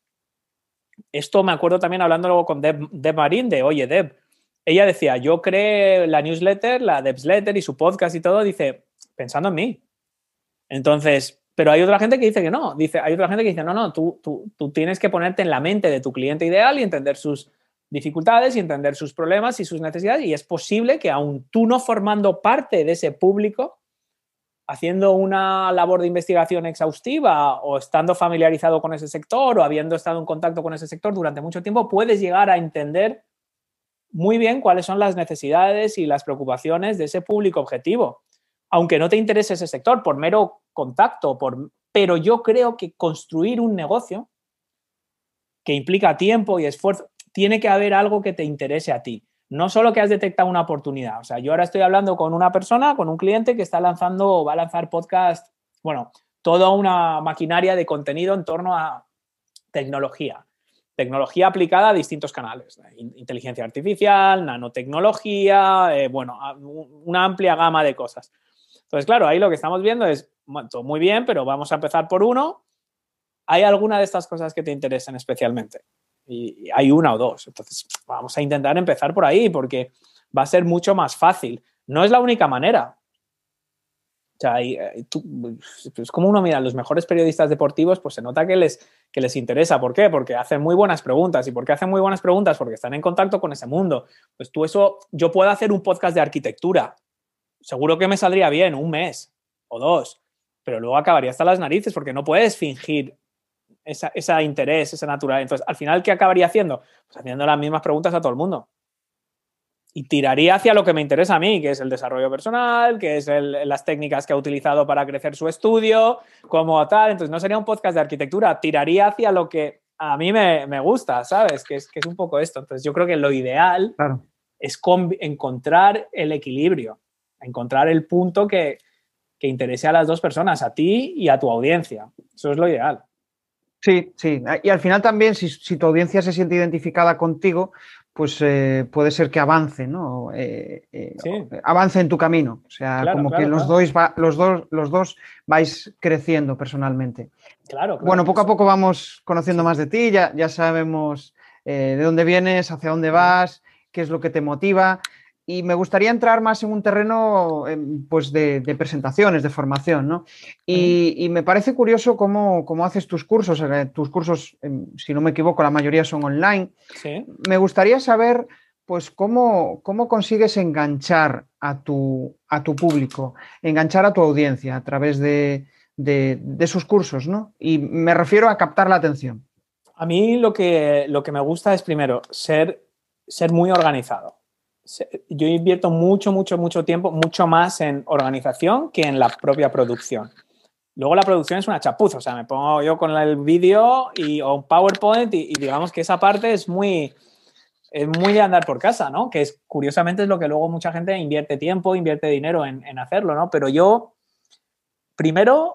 C: Esto me acuerdo también hablando luego con Deb Marín de, oye, Deb, ella decía, yo creé la newsletter, la Debsletter y su podcast y todo, dice, pensando en mí. Entonces, pero hay otra gente que dice que no. Hay otra gente que dice, no, tú tienes que ponerte en la mente de tu cliente ideal y entender sus dificultades y entender sus problemas y sus necesidades, y es posible que aun tú no formando parte de ese público, haciendo una labor de investigación exhaustiva o estando familiarizado con ese sector o habiendo estado en contacto con ese sector durante mucho tiempo, puedes llegar a entender muy bien cuáles son las necesidades y las preocupaciones de ese público objetivo, aunque no te interese ese sector por mero contacto, pero yo creo que construir un negocio que implica tiempo y esfuerzo, tiene que haber algo que te interese a ti. No solo que has detectado una oportunidad. O sea, yo ahora estoy hablando con una persona, con un cliente que va a lanzar podcast, bueno, toda una maquinaria de contenido en torno a tecnología. Tecnología aplicada a distintos canales. Inteligencia artificial, nanotecnología, una amplia gama de cosas. Entonces, claro, ahí lo que estamos viendo es, bueno, todo muy bien, pero vamos a empezar por uno. ¿Hay alguna de estas cosas que te interesen especialmente? Y hay una o dos. Entonces, vamos a intentar empezar por ahí porque va a ser mucho más fácil. No es la única manera. O sea, es como uno mira a los mejores periodistas deportivos, pues se nota que les interesa. ¿Por qué? Porque hacen muy buenas preguntas. ¿Y por qué hacen muy buenas preguntas? Porque están en contacto con ese mundo. Pues yo puedo hacer un podcast de arquitectura. Seguro que me saldría bien, un mes o dos. pero luego acabaría hasta las narices porque no puedes fingir ese interés, esa naturaleza. Entonces, al final, ¿qué acabaría haciendo? Pues haciendo las mismas preguntas a todo el mundo. Y tiraría hacia lo que me interesa a mí, que es el desarrollo personal, que es las técnicas que ha utilizado para crecer su estudio, como tal. Entonces, no sería un podcast de arquitectura, tiraría hacia lo que a mí me gusta, ¿sabes? Que es un poco esto. Entonces, yo creo que lo ideal es encontrar el equilibrio, encontrar el punto que interese a las dos personas, a ti y a tu audiencia. Eso es lo ideal.
A: Sí, sí. Y al final también, si tu audiencia se siente identificada contigo, pues puede ser que avance, ¿no?
C: Sí.
A: Avance en tu camino. O sea,
C: Claro,
A: como
C: claro,
A: que los dos vais creciendo personalmente.
C: Claro.
A: Bueno, poco a poco vamos conociendo más de ti, ya sabemos de dónde vienes, hacia dónde vas, qué es lo que te motiva. Y me gustaría entrar más en un terreno pues de presentaciones, de formación, ¿no? Y me parece curioso cómo haces tus cursos. Tus cursos, si no me equivoco, la mayoría son online.
C: Sí.
A: Me gustaría saber pues cómo consigues enganchar a tu público, enganchar a tu audiencia a través de sus cursos, ¿no? Y me refiero a captar la atención.
C: A mí lo que me gusta es, primero, ser muy organizado. Yo invierto mucho tiempo, mucho más en organización que en la propia producción. Luego la producción es una chapuza, o sea, me pongo yo con el vídeo o un PowerPoint y digamos que esa parte es muy de andar por casa, ¿no? Que curiosamente es lo que luego mucha gente invierte tiempo, invierte dinero en hacerlo, ¿no? Pero yo, primero,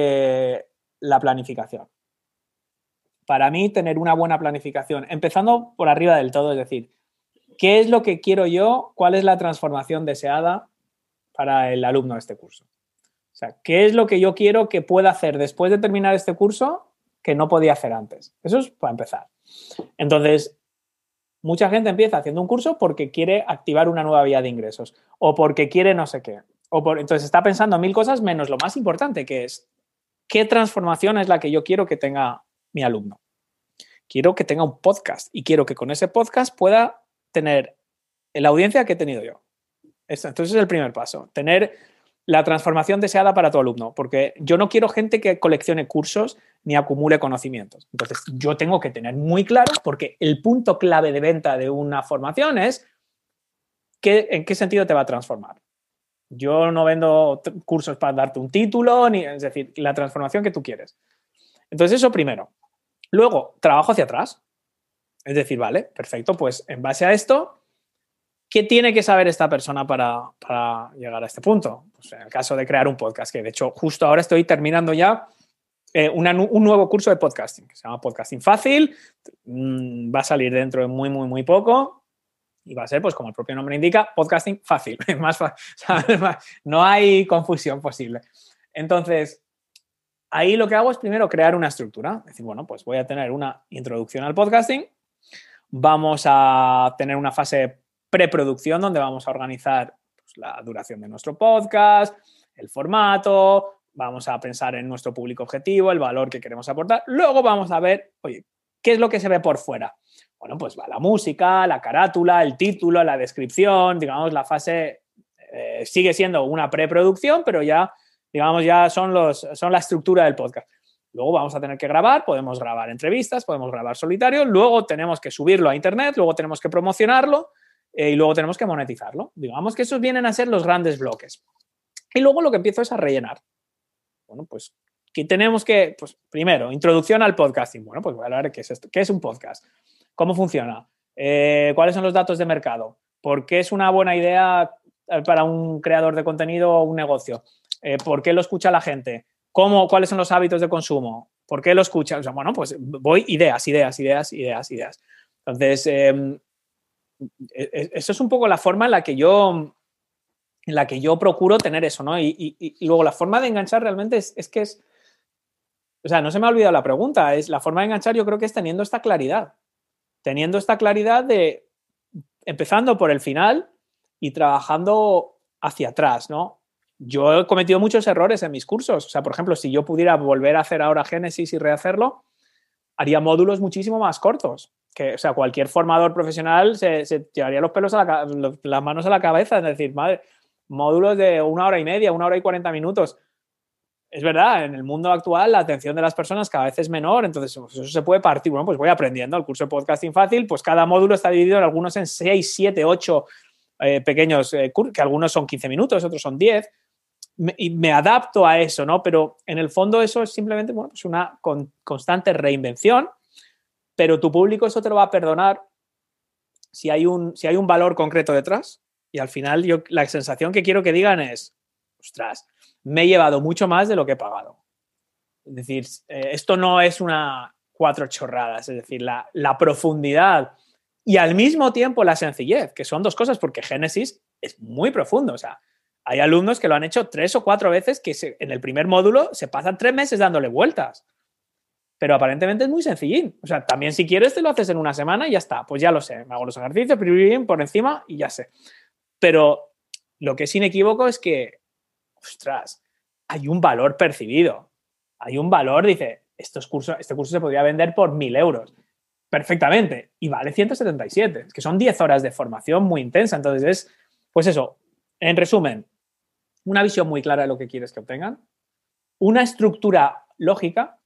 C: la planificación. Para mí, tener una buena planificación, empezando por arriba del todo, es decir, ¿qué es lo que quiero yo? ¿Cuál es la transformación deseada para el alumno de este curso? O sea, ¿qué es lo que yo quiero que pueda hacer después de terminar este curso que no podía hacer antes? Eso es para empezar. Entonces, mucha gente empieza haciendo un curso porque quiere activar una nueva vía de ingresos o porque quiere no sé qué. Entonces, está pensando en 1000 cosas menos lo más importante, que es ¿qué transformación es la que yo quiero que tenga mi alumno? Quiero que tenga un podcast y quiero que con ese podcast pueda tener la audiencia que he tenido yo. Entonces es el primer paso, tener la transformación deseada para tu alumno, porque yo no quiero gente que coleccione cursos ni acumule conocimientos. Entonces yo tengo que tener muy claro, porque el punto clave de venta de una formación es en qué sentido te va a transformar. Yo no vendo cursos para darte un título, es decir, la transformación que tú quieres. Entonces eso primero. Luego, trabajo hacia atrás. Es decir, vale, perfecto, pues en base a esto, ¿qué tiene que saber esta persona para llegar a este punto? Pues en el caso de crear un podcast, que de hecho justo ahora estoy terminando ya un nuevo curso de podcasting, que se llama Podcasting Fácil, va a salir dentro de muy poco y va a ser, pues como el propio nombre indica, podcasting fácil, más fácil, no hay confusión posible. Entonces, ahí lo que hago es primero crear una estructura, es decir, bueno, pues voy a tener una introducción al podcasting, vamos a tener una fase preproducción donde vamos a organizar pues, la duración de nuestro podcast, el formato, vamos a pensar en nuestro público objetivo, el valor que queremos aportar. Luego vamos a ver, oye, ¿qué es lo que se ve por fuera? Bueno, pues va la música, la carátula, el título, la descripción, digamos, la fase sigue siendo una preproducción, pero ya, digamos, ya son la estructura del podcast. Luego vamos a tener que grabar, podemos grabar entrevistas, podemos grabar solitario, luego tenemos que subirlo a internet, luego tenemos que promocionarlo y luego tenemos que monetizarlo. Digamos que esos vienen a ser los grandes bloques. Y luego lo que empiezo es a rellenar. Bueno, pues, ¿qué tenemos que...? Pues primero, introducción al podcasting. Bueno, pues voy a hablar de qué es esto. ¿Qué es un podcast? ¿Cómo funciona? ¿Cuáles son los datos de mercado? ¿Por qué es una buena idea para un creador de contenido o un negocio? ¿Por qué lo escucha la gente? ¿Cuáles son los hábitos de consumo? ¿Por qué lo escuchan? O sea, bueno, pues voy ideas. Entonces, eso es un poco la forma en la que yo procuro tener eso, ¿no? Y luego la forma de enganchar realmente es que es... O sea, no se me ha olvidado la pregunta. La forma de enganchar yo creo que es teniendo esta claridad. Teniendo esta claridad de... Empezando por el final y trabajando hacia atrás, ¿no? Yo he cometido muchos errores en mis cursos. O sea, por ejemplo, si yo pudiera volver a hacer ahora Génesis y rehacerlo, haría módulos muchísimo más cortos. O sea, cualquier formador profesional se llevaría los pelos las manos a la cabeza. Es decir, madre, módulos de 1 hora y media, 1 hora y 40 minutos. es verdad, en el mundo actual la atención de las personas cada vez es menor, entonces pues eso se puede partir. Bueno, pues voy aprendiendo. El curso de podcasting fácil, pues cada módulo está dividido en algunos en 6, 7, 8 pequeños cursos, que algunos son 15 minutos, otros son 10, y me adapto a eso, ¿no? Pero en el fondo eso es simplemente, bueno, pues una constante reinvención, pero tu público eso te lo va a perdonar si hay un valor concreto detrás. Y al final yo la sensación que quiero que digan es, ostras, me he llevado mucho más de lo que he pagado. Es decir, esto no es una 4 chorradas, es decir, la profundidad y al mismo tiempo la sencillez, que son 2 cosas, porque Génesis es muy profundo. O sea, hay alumnos que lo han hecho 3 o 4 veces, que en el primer módulo se pasan 3 meses dándole vueltas. Pero aparentemente es muy sencillín. O sea, también si quieres te lo haces en una semana y ya está. Pues ya lo sé, me hago los ejercicios por encima y ya sé. Pero lo que es inequívoco es que, ostras, hay un valor percibido. Hay un valor, dice, este curso se podría vender por 1.000 euros. Perfectamente. Y vale 177. Es que son 10 horas de formación muy intensa. Entonces es, pues eso, en resumen, una visión muy clara de lo que quieres que obtengan, una estructura lógica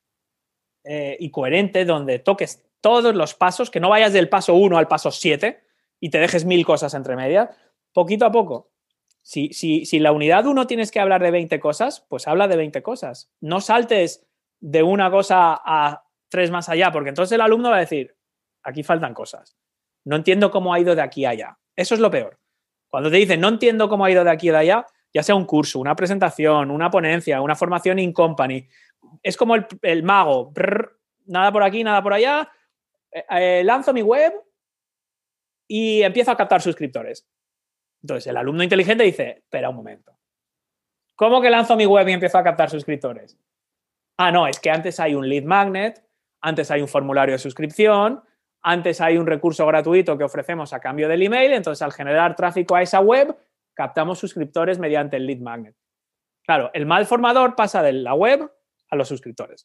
C: y coherente donde toques todos los pasos, que no vayas del paso 1 al paso 7 y te dejes 1.000 cosas entre medias, poquito a poco. Si la unidad 1 tienes que hablar de 20 cosas, pues habla de 20 cosas. No saltes de una cosa a 3 más allá, porque entonces el alumno va a decir, aquí faltan cosas. No entiendo cómo ha ido de aquí a allá. Eso es lo peor. Cuando te dicen, no entiendo cómo ha ido de aquí a allá, ya sea un curso, una presentación, una ponencia, una formación in company, es como el mago. Brr, nada por aquí, nada por allá. Lanzo mi web y empiezo a captar suscriptores. Entonces, el alumno inteligente dice, espera un momento. ¿Cómo que lanzo mi web y empiezo a captar suscriptores? Ah, no, es que antes hay un lead magnet, antes hay un formulario de suscripción, antes hay un recurso gratuito que ofrecemos a cambio del email, entonces al generar tráfico a esa web, captamos suscriptores mediante el lead magnet. Claro, el mal formador pasa de la web a los suscriptores.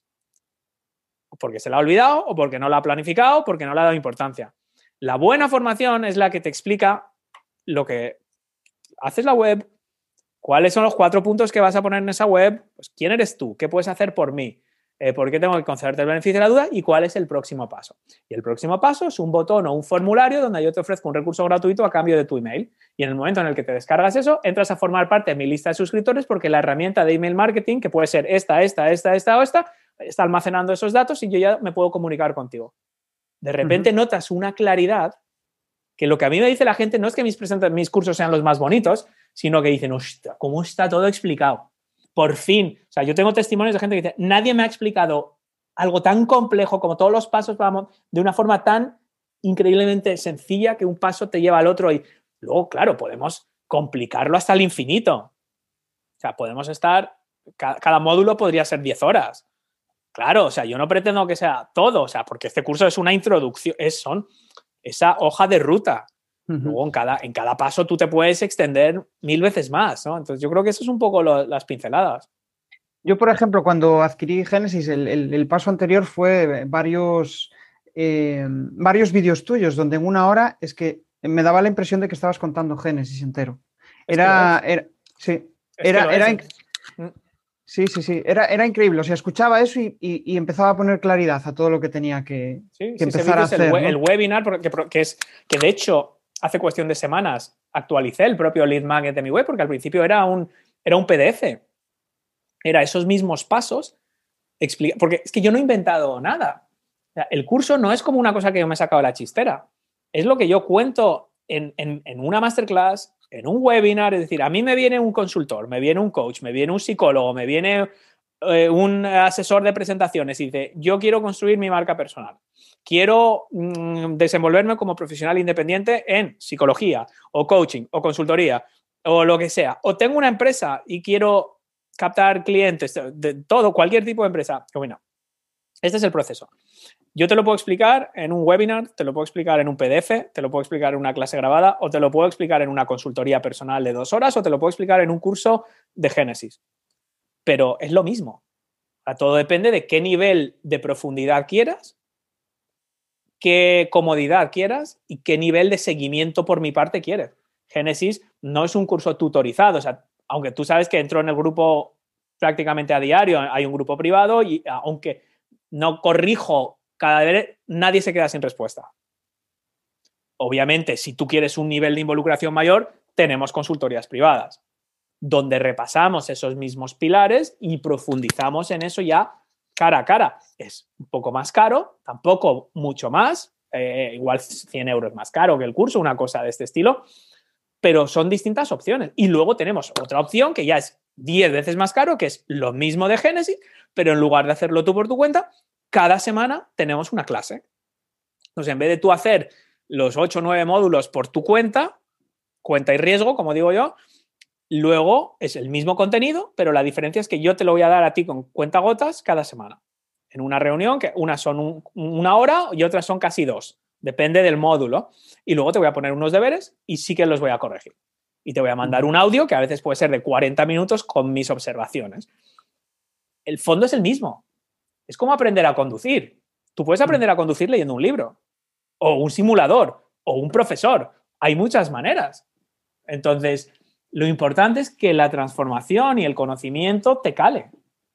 C: O porque se la ha olvidado, o porque no la ha planificado, o porque no le ha dado importancia. La buena formación es la que te explica lo que haces la web, cuáles son los 4 puntos que vas a poner en esa web, pues quién eres tú, qué puedes hacer por mí, por qué tengo que concederte el beneficio de la duda y cuál es el próximo paso. Y el próximo paso es un botón o un formulario donde yo te ofrezco un recurso gratuito a cambio de tu email. Y en el momento en el que te descargas eso, entras a formar parte de mi lista de suscriptores porque la herramienta de email marketing, que puede ser esta, está almacenando esos datos y yo ya me puedo comunicar contigo. De repente notas una claridad que lo que a mí me dice la gente no es que mis cursos sean los más bonitos, sino que dicen, hostia, ¿cómo está todo explicado? Por fin. O sea, yo tengo testimonios de gente que dice, nadie me ha explicado algo tan complejo como todos los pasos, vamos, de una forma tan increíblemente sencilla que un paso te lleva al otro y luego, claro, podemos complicarlo hasta el infinito. O sea, podemos estar, cada módulo podría ser 10 horas. Claro, o sea, yo no pretendo que sea todo, o sea, porque este curso es una introducción, son esa hoja de ruta. Luego en cada paso tú te puedes extender 1000 veces más, ¿no? Entonces yo creo que eso es un poco las pinceladas.
A: Yo, por ejemplo, cuando adquirí Génesis, el paso anterior fue varios vídeos tuyos, donde en 1 hora es que me daba la impresión de que estabas contando Génesis entero. Era increíble. O sea, escuchaba eso y empezaba a poner claridad a todo lo que tenía que empezar a hacer.
C: El webinar, que de hecho, hace cuestión de semanas actualicé el propio lead magnet de mi web, porque al principio era un PDF. Era esos mismos pasos. Porque es que yo no he inventado nada. O sea, el curso no es como una cosa que yo me he sacado de la chistera. Es lo que yo cuento en una masterclass, en un webinar. Es decir, a mí me viene un consultor, me viene un coach, me viene un psicólogo, me viene un asesor de presentaciones y dice, yo quiero construir mi marca personal. Quiero desenvolverme como profesional independiente en psicología o coaching o consultoría o lo que sea. O tengo una empresa y quiero captar clientes de todo, cualquier tipo de empresa. Bueno, este es el proceso. Yo te lo puedo explicar en un webinar, te lo puedo explicar en un PDF, te lo puedo explicar en una clase grabada o te lo puedo explicar en una consultoría personal de 2 horas o te lo puedo explicar en un curso de Génesis. Pero es lo mismo. Todo depende de qué nivel de profundidad quieras, qué comodidad quieras y qué nivel de seguimiento por mi parte quieres. Génesis no es un curso tutorizado. O sea, aunque tú sabes que entro en el grupo prácticamente a diario, hay un grupo privado y aunque no corrijo cada vez, nadie se queda sin respuesta. Obviamente, si tú quieres un nivel de involucración mayor, tenemos consultorías privadas, donde repasamos esos mismos pilares y profundizamos en eso ya cara a cara. Es un poco más caro, tampoco mucho más, igual 100 euros más caro que el curso, una cosa de este estilo, pero son distintas opciones. Y luego tenemos otra opción que ya es 10 veces más caro, que es lo mismo de Génesis, pero en lugar de hacerlo tú por tu cuenta, cada semana tenemos una clase. Entonces, en vez de tú hacer los 8 o 9 módulos por tu cuenta y riesgo, como digo yo, luego es el mismo contenido, pero la diferencia es que yo te lo voy a dar a ti con cuentagotas cada semana. En una reunión, que unas son una hora y otras son casi 2. Depende del módulo. Y luego te voy a poner unos deberes y sí que los voy a corregir. Y te voy a mandar un audio que a veces puede ser de 40 minutos con mis observaciones. El fondo es el mismo. Es como aprender a conducir. Tú puedes aprender a conducir leyendo un libro, o un simulador, o un profesor. Hay muchas maneras. Entonces, lo importante es que la transformación y el conocimiento te cale.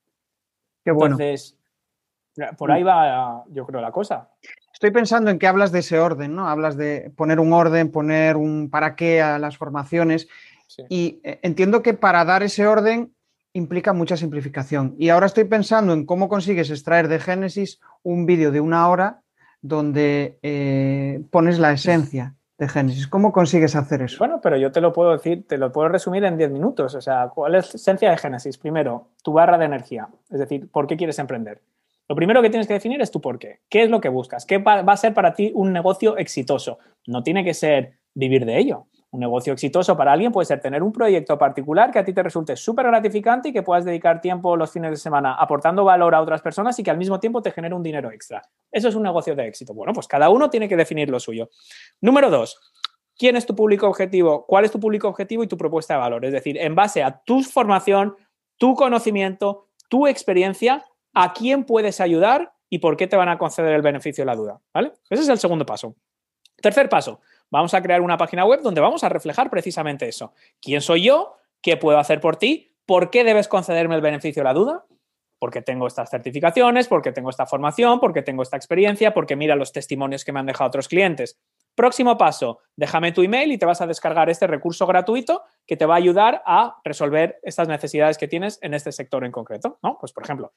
A: Qué bueno.
C: Entonces, por ahí va, yo creo, la cosa.
A: Estoy pensando en que hablas de ese orden, ¿no? Hablas de poner un orden, poner un para qué a las formaciones. Sí. Y entiendo que para dar ese orden implica mucha simplificación. Y ahora estoy pensando en cómo consigues extraer de Génesis un vídeo de 1 hora donde pones la esencia de Génesis. ¿Cómo consigues hacer eso?
C: Bueno, pero yo te lo puedo decir, te lo puedo resumir en 10 minutos. O sea, ¿cuál es la esencia de Génesis? Primero, tu barra de energía. Es decir, ¿por qué quieres emprender? Lo primero que tienes que definir es tu por qué. ¿Qué es lo que buscas? ¿Qué va a ser para ti un negocio exitoso? No tiene que ser vivir de ello. Un negocio exitoso para alguien puede ser tener un proyecto particular que a ti te resulte súper gratificante y que puedas dedicar tiempo los fines de semana aportando valor a otras personas y que al mismo tiempo te genere un dinero extra. Eso es un negocio de éxito. Bueno, pues cada uno tiene que definir lo suyo. Número 2, ¿quién es tu público objetivo? ¿Cuál es tu público objetivo y tu propuesta de valor? Es decir, en base a tu formación, tu conocimiento, tu experiencia, ¿a quién puedes ayudar y por qué te van a conceder el beneficio de la duda? ¿Vale? Ese es el segundo paso. Tercer paso. Vamos a crear una página web donde vamos a reflejar precisamente eso. ¿Quién soy yo? ¿Qué puedo hacer por ti? ¿Por qué debes concederme el beneficio de la duda? Porque tengo estas certificaciones, porque tengo esta formación, porque tengo esta experiencia, porque mira los testimonios que me han dejado otros clientes. Próximo paso, déjame tu email y te vas a descargar este recurso gratuito que te va a ayudar a resolver estas necesidades que tienes en este sector en concreto, ¿no? Pues, por ejemplo,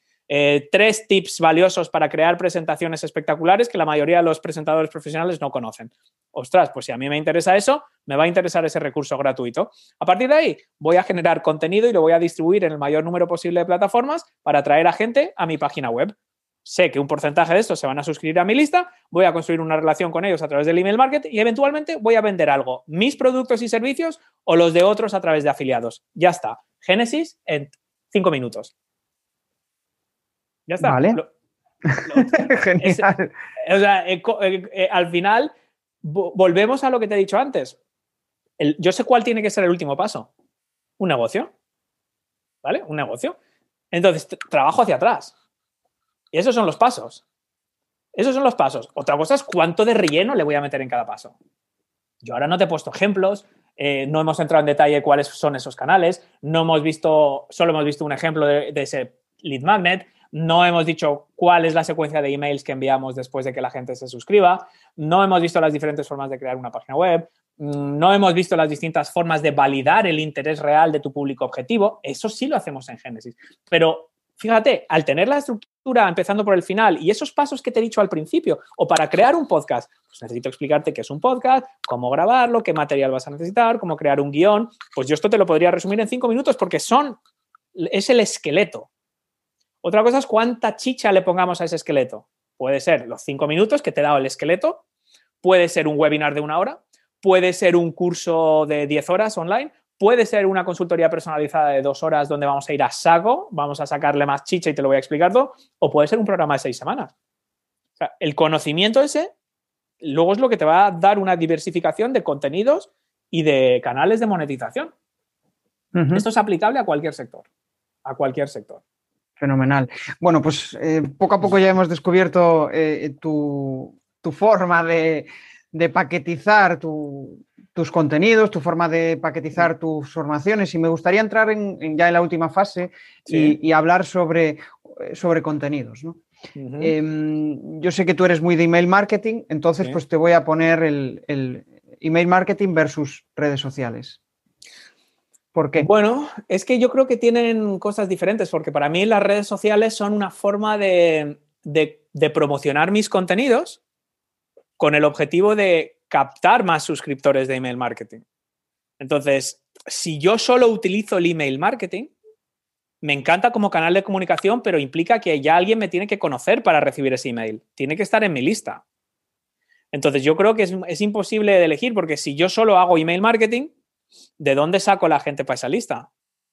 C: 3 tips valiosos para crear presentaciones espectaculares que la mayoría de los presentadores profesionales no conocen. Ostras, pues si a mí me interesa eso, me va a interesar ese recurso gratuito. A partir de ahí, voy a generar contenido y lo voy a distribuir en el mayor número posible de plataformas para atraer a gente a mi página web. Sé que un porcentaje de estos se van a suscribir a mi lista, voy a construir una relación con ellos a través del email marketing y eventualmente voy a vender algo, mis productos y servicios o los de otros a través de afiliados. Ya está. Génesis en 5 minutos. Ya está.
A: Vale. Genial.
C: O sea, al final, volvemos a lo que te he dicho antes. Yo sé cuál tiene que ser el último paso. Un negocio. ¿Vale? Un negocio. Entonces, trabajo hacia atrás. Y esos son los pasos. Esos son los pasos. Otra cosa es cuánto de relleno le voy a meter en cada paso. Yo ahora no te he puesto ejemplos, no hemos entrado en detalle cuáles son esos canales, solo hemos visto un ejemplo de ese lead magnet, no hemos dicho cuál es la secuencia de emails que enviamos después de que la gente se suscriba, no hemos visto las diferentes formas de crear una página web, no hemos visto las distintas formas de validar el interés real de tu público objetivo. Eso sí lo hacemos en Génesis. Pero fíjate, al tener la estructura empezando por el final y esos pasos que te he dicho al principio, o para crear un podcast, pues necesito explicarte qué es un podcast, cómo grabarlo, qué material vas a necesitar, cómo crear un guión. Pues yo esto te lo podría resumir en 5 minutos porque es el esqueleto. Otra cosa es cuánta chicha le pongamos a ese esqueleto. Puede ser los 5 minutos que te he dado el esqueleto, puede ser un webinar de 1 hora, puede ser un curso de 10 horas online, puede ser una consultoría personalizada de 2 horas donde vamos a ir a saco, vamos a sacarle más chicha y te lo voy a explicar todo, o puede ser un programa de 6 semanas. O sea, el conocimiento ese luego es lo que te va a dar una diversificación de contenidos y de canales de monetización. Uh-huh. Esto es aplicable a cualquier sector. A cualquier sector.
A: Fenomenal. Bueno, pues poco a poco ya hemos descubierto tu forma de paquetizar tu tus contenidos, tu forma de paquetizar tus formaciones y me gustaría entrar ya en la última fase y hablar sobre contenidos, ¿no? Yo sé que tú eres muy de email marketing, entonces pues te voy a poner el email marketing versus redes sociales. ¿Por qué?
C: Bueno, es que yo creo que tienen cosas diferentes, porque para mí las redes sociales son una forma de promocionar mis contenidos con el objetivo de captar más suscriptores de email marketing. Entonces, si yo solo utilizo el email marketing, me encanta como canal de comunicación, pero implica que ya alguien me tiene que conocer para recibir ese email. Tiene que estar en mi lista. Entonces, yo creo que es imposible de elegir, porque si yo solo hago email marketing, ¿de dónde saco la gente para esa lista?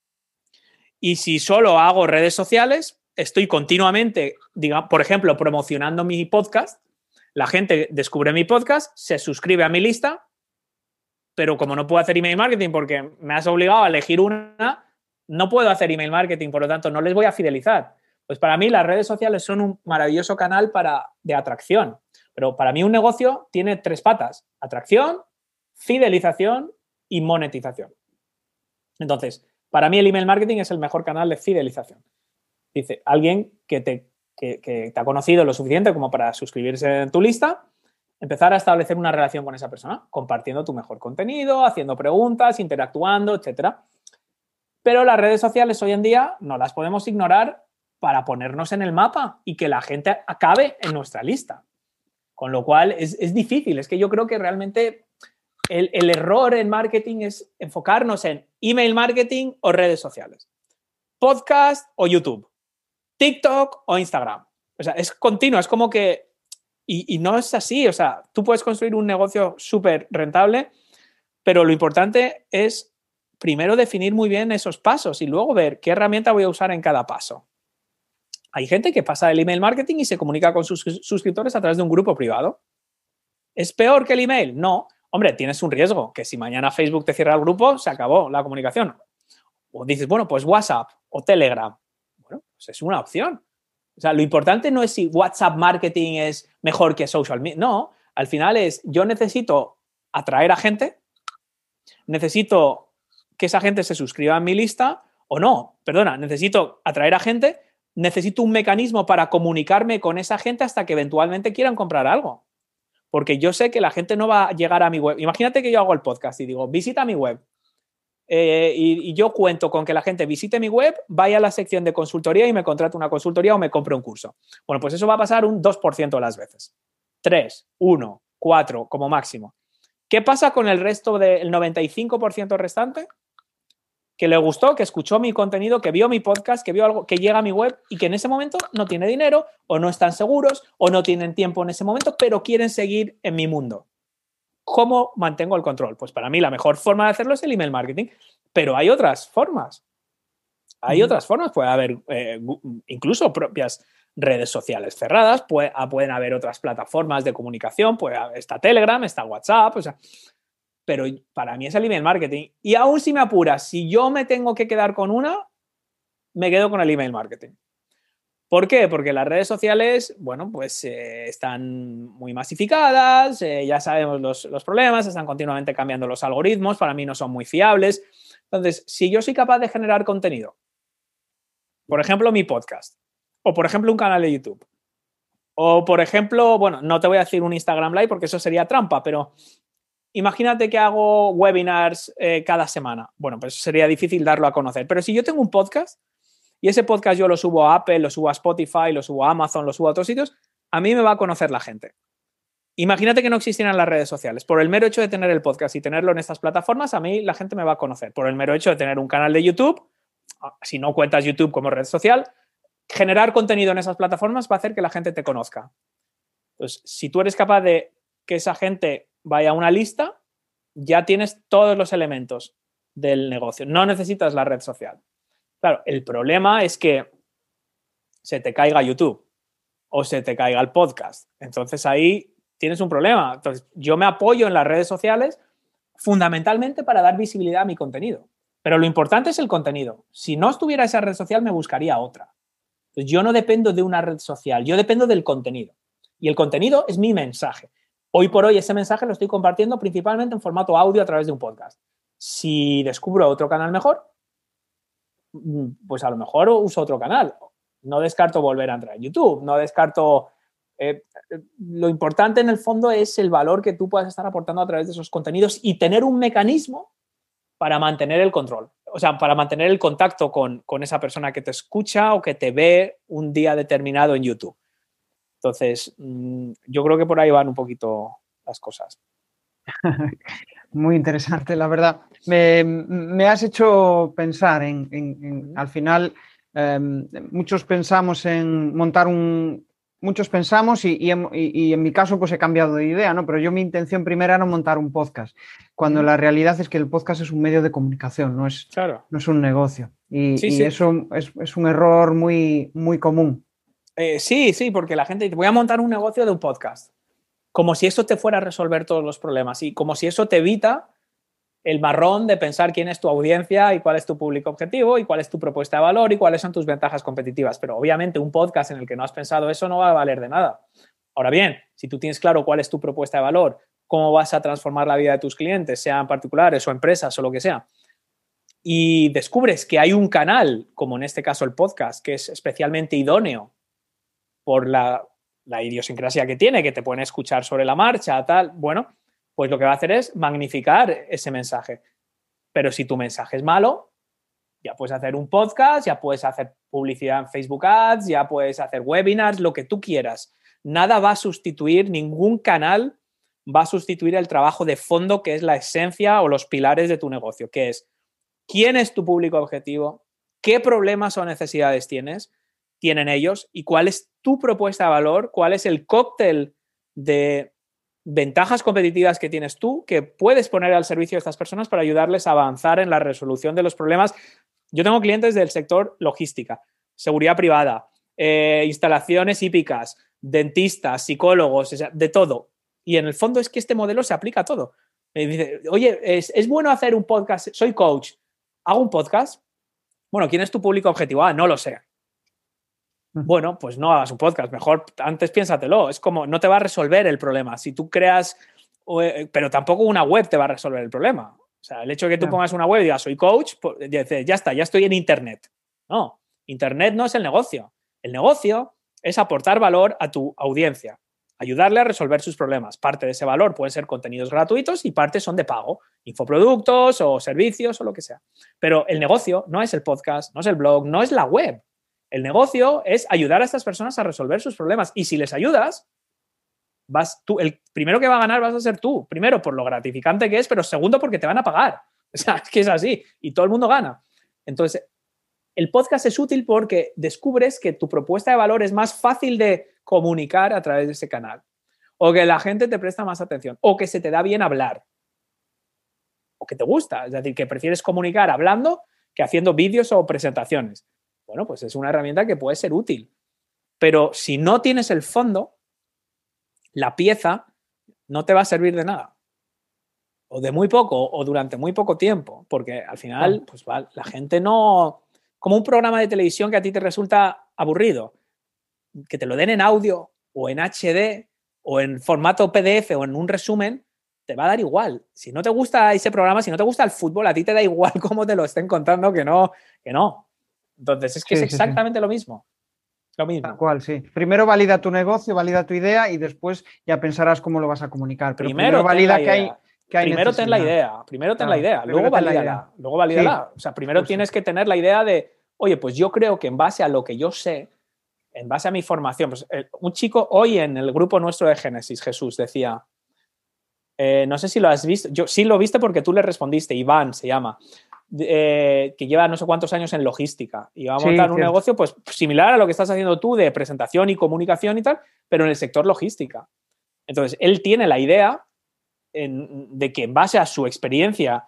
C: Y si solo hago redes sociales, estoy continuamente, digamos, por ejemplo, promocionando mi podcast. La gente descubre mi podcast, se suscribe a mi lista, pero como no puedo hacer email marketing porque me has obligado a elegir una, no puedo hacer email marketing, por lo tanto, no les voy a fidelizar. Pues para mí las redes sociales son un maravilloso canal de atracción. Pero para mí un negocio tiene 3 patas: atracción, fidelización y monetización. Entonces, para mí el email marketing es el mejor canal de fidelización. Dice, alguien que te ha conocido lo suficiente como para suscribirse en tu lista, empezar a establecer una relación con esa persona, compartiendo tu mejor contenido, haciendo preguntas, interactuando, etc. Pero las redes sociales hoy en día no las podemos ignorar para ponernos en el mapa y que la gente acabe en nuestra lista. Con lo cual es difícil. Es que yo creo que realmente el error en marketing es enfocarnos en email marketing o redes sociales, podcast o YouTube, TikTok o Instagram. O sea, es continuo, es como que... Y no es así. O sea, tú puedes construir un negocio súper rentable, pero lo importante es primero definir muy bien esos pasos y luego ver qué herramienta voy a usar en cada paso. Hay gente que pasa el email marketing y se comunica con sus suscriptores a través de un grupo privado. ¿Es peor que el email? No. Hombre, tienes un riesgo, que si mañana Facebook te cierra el grupo, se acabó la comunicación. O dices, bueno, pues WhatsApp o Telegram. Bueno, pues es una opción. O sea, lo importante no es si WhatsApp marketing es mejor que social media. No, al final es, yo necesito atraer a gente, necesito que esa gente se suscriba a mi lista, o no, perdona, necesito atraer a gente, necesito un mecanismo para comunicarme con esa gente hasta que eventualmente quieran comprar algo. Porque yo sé que la gente no va a llegar a mi web. Imagínate que yo hago el podcast y digo, visita mi web. Y yo cuento con que la gente visite mi web, vaya a la sección de consultoría y me contrate una consultoría o me compre un curso. Bueno, pues eso va a pasar un 2% de las veces. 3, 1, 4 como máximo. ¿Qué pasa con el resto del 95% restante? Que le gustó, que escuchó mi contenido, que vio mi podcast, que vio algo, que llega a mi web y que en ese momento no tiene dinero o no están seguros o no tienen tiempo en ese momento, pero quieren seguir en mi mundo. ¿Cómo mantengo el control? Pues para mí la mejor forma de hacerlo es el email marketing, pero hay otras formas. Hay otras formas, puede haber incluso propias redes sociales cerradas, pueden haber otras plataformas de comunicación, está Telegram, está WhatsApp, o sea, pero para mí es el email marketing. Y aún si me apuras, si yo me tengo que quedar con una, me quedo con el email marketing. ¿Por qué? Porque las redes sociales, bueno, pues están muy masificadas, ya sabemos los problemas, están continuamente cambiando los algoritmos, para mí no son muy fiables. Entonces, si yo soy capaz de generar contenido, por ejemplo, mi podcast, o por ejemplo, un canal de YouTube, o por ejemplo, bueno, no te voy a decir un Instagram Live porque eso sería trampa, pero imagínate que hago webinars cada semana. Bueno, pues sería difícil darlo a conocer. Pero si yo tengo un podcast y ese podcast yo lo subo a Apple, lo subo a Spotify, lo subo a Amazon, lo subo a otros sitios, a mí me va a conocer la gente. Imagínate que no existieran las redes sociales. Por el mero hecho de tener el podcast y tenerlo en estas plataformas, a mí la gente me va a conocer. Por el mero hecho de tener un canal de YouTube, si no cuentas YouTube como red social, generar contenido en esas plataformas va a hacer que la gente te conozca. Entonces, si tú eres capaz de que esa gente vaya a una lista, ya tienes todos los elementos del negocio. No necesitas la red social. Claro, el problema es que se te caiga YouTube o se te caiga el podcast. Entonces ahí tienes un problema. Entonces yo me apoyo en las redes sociales fundamentalmente para dar visibilidad a mi contenido. Pero lo importante es el contenido. Si no estuviera esa red social, me buscaría otra. Entonces yo no dependo de una red social, yo dependo del contenido. Y el contenido es mi mensaje. Hoy por hoy ese mensaje lo estoy compartiendo principalmente en formato audio a través de un podcast. Si descubro otro canal mejor, pues a lo mejor uso otro canal. No descarto volver a entrar en YouTube, no descarto... lo importante en el fondo es el valor que tú puedas estar aportando a través de esos contenidos y tener un mecanismo para mantener el control. O sea, para mantener el contacto con esa persona que te escucha o que te ve un día determinado en YouTube. Entonces, yo creo que por ahí van un poquito las cosas.
A: Muy interesante, la verdad. Me has hecho pensar al final, muchos pensamos en montar muchos pensamos y en mi caso pues he cambiado de idea, ¿no? Pero mi intención primera era montar un podcast, cuando la realidad es que el podcast es un medio de comunicación, no es un negocio. Y eso es un error muy, muy común.
C: Sí, porque la gente dice, voy a montar un negocio de un podcast. Como si eso te fuera a resolver todos los problemas y como si eso te evita el marrón de pensar quién es tu audiencia y cuál es tu público objetivo y cuál es tu propuesta de valor y cuáles son tus ventajas competitivas. Pero obviamente un podcast en el que no has pensado eso no va a valer de nada. Ahora bien, si tú tienes claro cuál es tu propuesta de valor, cómo vas a transformar la vida de tus clientes, sean particulares o empresas o lo que sea, y descubres que hay un canal, como en este caso el podcast, que es especialmente idóneo por la idiosincrasia que tiene, que te pueden escuchar sobre la marcha, tal, bueno, pues lo que va a hacer es magnificar ese mensaje. Pero si tu mensaje es malo, ya puedes hacer un podcast, ya puedes hacer publicidad en Facebook Ads, ya puedes hacer webinars, lo que tú quieras. Nada va a sustituir, ningún canal va a sustituir el trabajo de fondo que es la esencia o los pilares de tu negocio, que es quién es tu público objetivo, qué problemas o necesidades tienen ellos y cuál es tu propuesta de valor, cuál es el cóctel de ventajas competitivas que tienes tú que puedes poner al servicio de estas personas para ayudarles a avanzar en la resolución de los problemas. Yo tengo clientes del sector logística, seguridad privada, instalaciones hípicas, dentistas, psicólogos, de todo. Y en el fondo es que este modelo se aplica a todo. Me dice, oye, ¿es bueno hacer un podcast? Soy coach, ¿hago un podcast? Bueno, ¿quién es tu público objetivo? Ah, no lo sé. Bueno, pues no hagas un podcast, mejor antes piénsatelo. Es como, no te va a resolver el problema. Si tú creas, pero tampoco una web te va a resolver el problema. O sea, el hecho de que tú pongas una web y digas, soy coach, pues, ya está, ya estoy en Internet. No, Internet no es el negocio. El negocio es aportar valor a tu audiencia, ayudarle a resolver sus problemas. Parte de ese valor pueden ser contenidos gratuitos y parte son de pago, infoproductos o servicios o lo que sea. Pero el negocio no es el podcast, no es el blog, no es la web. El negocio es ayudar a estas personas a resolver sus problemas. Y si les ayudas, el primero que va a ganar vas a ser tú. Primero, por lo gratificante que es, pero segundo, porque te van a pagar. O sea, es que es así. Y todo el mundo gana. Entonces, el podcast es útil porque descubres que tu propuesta de valor es más fácil de comunicar a través de ese canal. O que la gente te presta más atención. O que se te da bien hablar. O que te gusta. Es decir, que prefieres comunicar hablando que haciendo vídeos o presentaciones. Bueno, pues es una herramienta que puede ser útil. Pero si no tienes el fondo, la pieza no te va a servir de nada. O de muy poco, o durante muy poco tiempo. Porque al final, pues la gente no... Como un programa de televisión que a ti te resulta aburrido, que te lo den en audio, o en HD, o en formato PDF, o en un resumen, te va a dar igual. Si no te gusta ese programa, si no te gusta el fútbol, a ti te da igual cómo te lo estén contando que no. Entonces, es que es exactamente lo mismo. Lo mismo.
A: Tal cual, sí. Primero valida tu negocio, valida tu idea y después ya pensarás cómo lo vas a comunicar. Pero primero valida que hay
C: primero ten la idea. Primero ten la idea. Luego valídala. Luego valídala. Sí. O sea, primero tienes que tener la idea de, oye, pues yo creo que en base a lo que yo sé, en base a mi formación, pues un chico hoy en el grupo nuestro de Génesis, Jesús, decía, no sé si lo has visto, yo sí lo viste porque tú le respondiste, Iván se llama, que lleva no sé cuántos años en logística y va a montar un negocio pues similar a lo que estás haciendo tú de presentación y comunicación y tal, pero en el sector logística. Entonces, él tiene la idea de que en base a su experiencia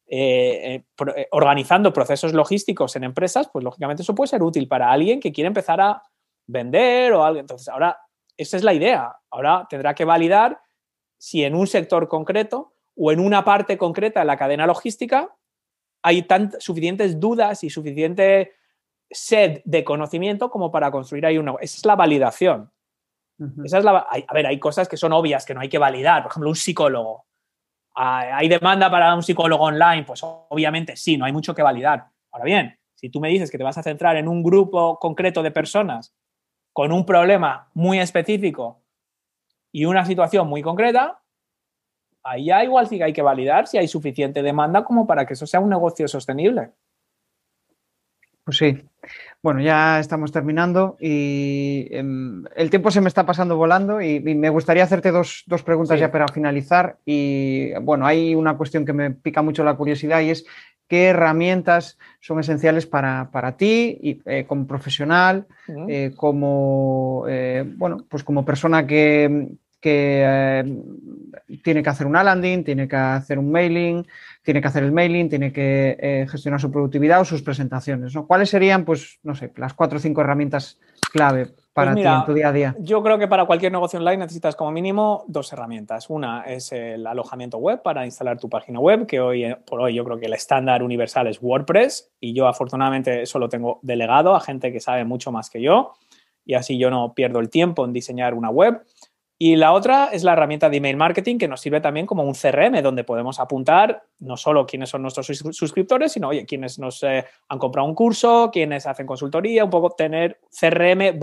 C: organizando procesos logísticos en empresas, pues lógicamente eso puede ser útil para alguien que quiere empezar a vender o algo. Entonces, ahora, esa es la idea. Ahora tendrá que validar si en un sector concreto o en una parte concreta de la cadena logística hay suficientes dudas y suficiente sed de conocimiento como para construir ahí una... Esa es la validación. Esa es hay cosas que son obvias, que no hay que validar. Por ejemplo, un psicólogo. ¿Hay demanda para un psicólogo online? Pues obviamente sí, no hay mucho que validar. Ahora bien, si tú me dices que te vas a centrar en un grupo concreto de personas con un problema muy específico y una situación muy concreta, ahí ya igual sí que hay que validar si hay suficiente demanda como para que eso sea un negocio sostenible.
A: Pues sí. Bueno, ya estamos terminando y el tiempo se me está pasando volando y me gustaría hacerte dos preguntas ya para finalizar. Y bueno, hay una cuestión que me pica mucho la curiosidad y es qué herramientas son esenciales para ti y, como profesional, como, bueno, pues como persona que tiene que hacer una landing, tiene que hacer un mailing, tiene que hacer el mailing, tiene que gestionar su productividad o sus presentaciones, ¿no? ¿Cuáles serían, pues, no sé, las 4 o 5 herramientas clave para ti en tu día a día?
C: Yo creo que para cualquier negocio online necesitas como mínimo 2 herramientas. Una es el alojamiento web para instalar tu página web, que hoy por hoy yo creo que el estándar universal es WordPress y yo afortunadamente eso lo tengo delegado a gente que sabe mucho más que yo y así yo no pierdo el tiempo en diseñar una web. Y la otra es la herramienta de email marketing que nos sirve también como un CRM donde podemos apuntar no solo quiénes son nuestros suscriptores, sino oye, quienes nos han comprado un curso, quienes hacen consultoría, un poco tener CRM